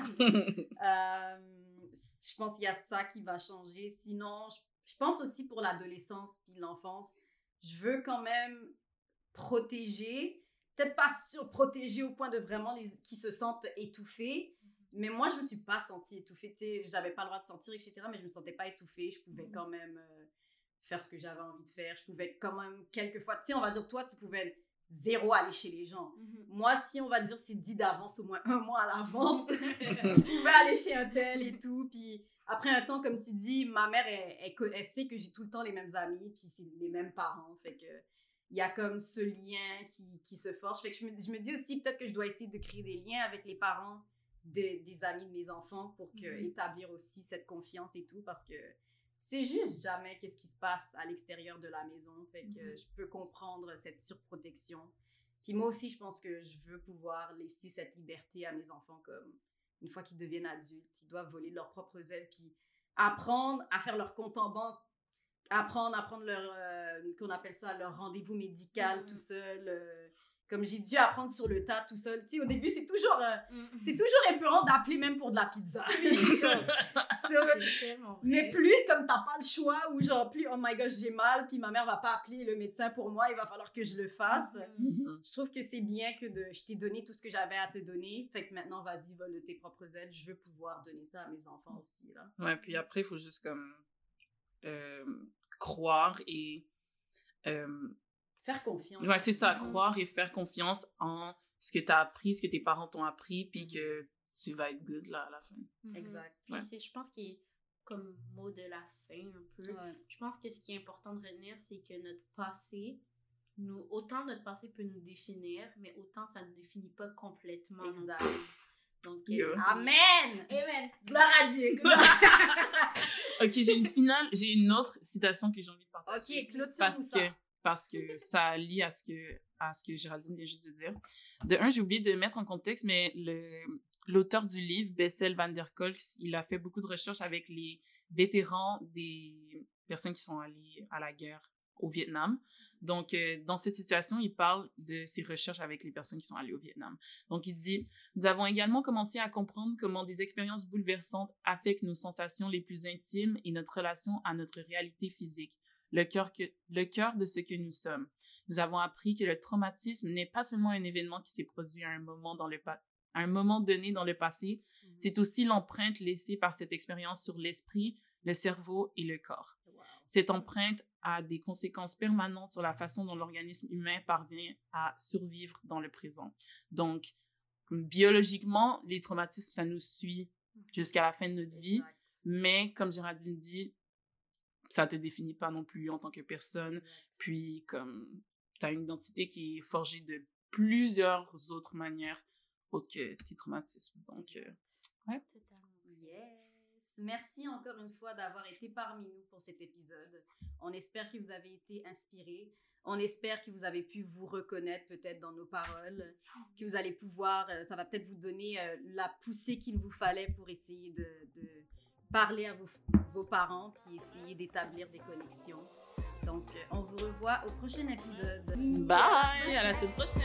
Je pense qu'il y a ça qui va changer. Sinon, je pense aussi pour l'adolescence puis l'enfance, je veux quand même protéger. Peut-être pas surprotéger au point de vraiment qu'ils se sentent étouffés. Mais moi, je me suis pas sentie étouffée. Tu sais, j'avais pas le droit de sortir, etc. Mais je me sentais pas étouffée. Je pouvais quand même faire ce que j'avais envie de faire. Je pouvais quand même, quelquefois... Tu sais, on va dire, toi, tu pouvais zéro aller chez les gens. Moi, si on va dire, c'est dit d'avance, au moins 1 mois à l'avance, je pouvais aller chez un tel et tout. Puis après un temps, comme tu dis, ma mère, elle sait que j'ai tout le temps les mêmes amis. Puis c'est les mêmes parents. Fait que... il y a comme ce lien qui se forge. Fait que je me dis aussi, peut-être que je dois essayer de créer des liens avec les parents des amis de mes enfants pour établir aussi cette confiance et tout, parce que c'est juste jamais qu'est-ce qui se passe à l'extérieur de la maison. Fait que je peux comprendre cette surprotection. Puis moi aussi, je pense que je veux pouvoir laisser cette liberté à mes enfants, comme une fois qu'ils deviennent adultes, ils doivent voler de leurs propres ailes, puis apprendre à faire leur compte en banque, apprendre leur, qu'on appelle ça, leur rendez-vous médical tout seul. Comme j'ai dû apprendre sur le tas tout seul. Tu sais, au début, c'est toujours épeurant d'appeler même pour de la pizza. Mais plus, comme t'as pas le choix, ou genre plus, oh my gosh, j'ai mal, puis ma mère va pas appeler le médecin pour moi, il va falloir que je le fasse. Je trouve que c'est bien que je t'ai donné tout ce que j'avais à te donner. Fait que maintenant, vas-y, vole de tes propres ailes. Je veux pouvoir donner ça à mes enfants aussi, là. Ouais, puis après, il faut juste comme croire et... faire confiance. Ouais, c'est ça, croire et faire confiance en ce que tu as appris, ce que tes parents t'ont appris, puis que tu vas être good là à la fin. Exact. Puis je pense qu'il est comme mot de la fin un peu. Ouais. Je pense que ce qui est important de retenir, c'est que notre passé, autant notre passé peut nous définir, mais autant ça ne définit pas complètement. Exact. Donc, Amen! Amen! Gloire à Dieu! Ok, j'ai une autre citation que j'ai envie de partager. Ok, clôture parce que ça lie à ce que Géraldine vient juste de dire. De un, j'ai oublié de mettre en contexte, mais l'auteur du livre, Bessel van der Kolk, il a fait beaucoup de recherches avec les vétérans des personnes qui sont allées à la guerre au Vietnam. Donc, dans cette situation, il parle de ses recherches avec les personnes qui sont allées au Vietnam. Donc, il dit « Nous avons également commencé à comprendre comment des expériences bouleversantes affectent nos sensations les plus intimes et notre relation à notre réalité physique. Le cœur de ce que nous sommes. Nous avons appris que le traumatisme n'est pas seulement un événement qui s'est produit à un moment dans le un moment donné dans le passé, c'est aussi l'empreinte laissée par cette expérience sur l'esprit, le cerveau et le corps. Wow. Cette empreinte a des conséquences permanentes sur la façon dont l'organisme humain parvient à survivre dans le présent. Donc, biologiquement, les traumatismes, ça nous suit jusqu'à la fin de notre vie, Exact. mais comme Géraldine dit, ça te définit pas non plus en tant que personne, puis comme tu as une identité qui est forgée de plusieurs autres manières autres que tes traumatismes. Donc, ouais. Yes. Merci encore une fois d'avoir été parmi nous pour cet épisode. On espère que vous avez été inspirés. On espère que vous avez pu vous reconnaître peut-être dans nos paroles, que vous allez pouvoir, ça va peut-être vous donner la poussée qu'il vous fallait pour essayer de parler à vos parents puis essayer d'établir des connexions. Donc, on vous revoit au prochain épisode. Bye! À la semaine prochaine!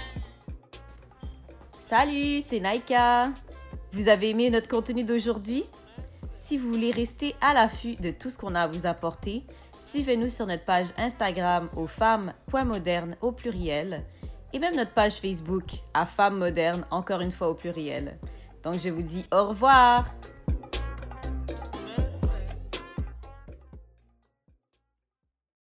Salut, c'est Naika. Vous avez aimé notre contenu d'aujourd'hui? Si vous voulez rester à l'affût de tout ce qu'on a à vous apporter, suivez-nous sur notre page Instagram au femmes.modernes au pluriel et même notre page Facebook à Femmes Modernes, encore une fois au pluriel. Donc, je vous dis au revoir!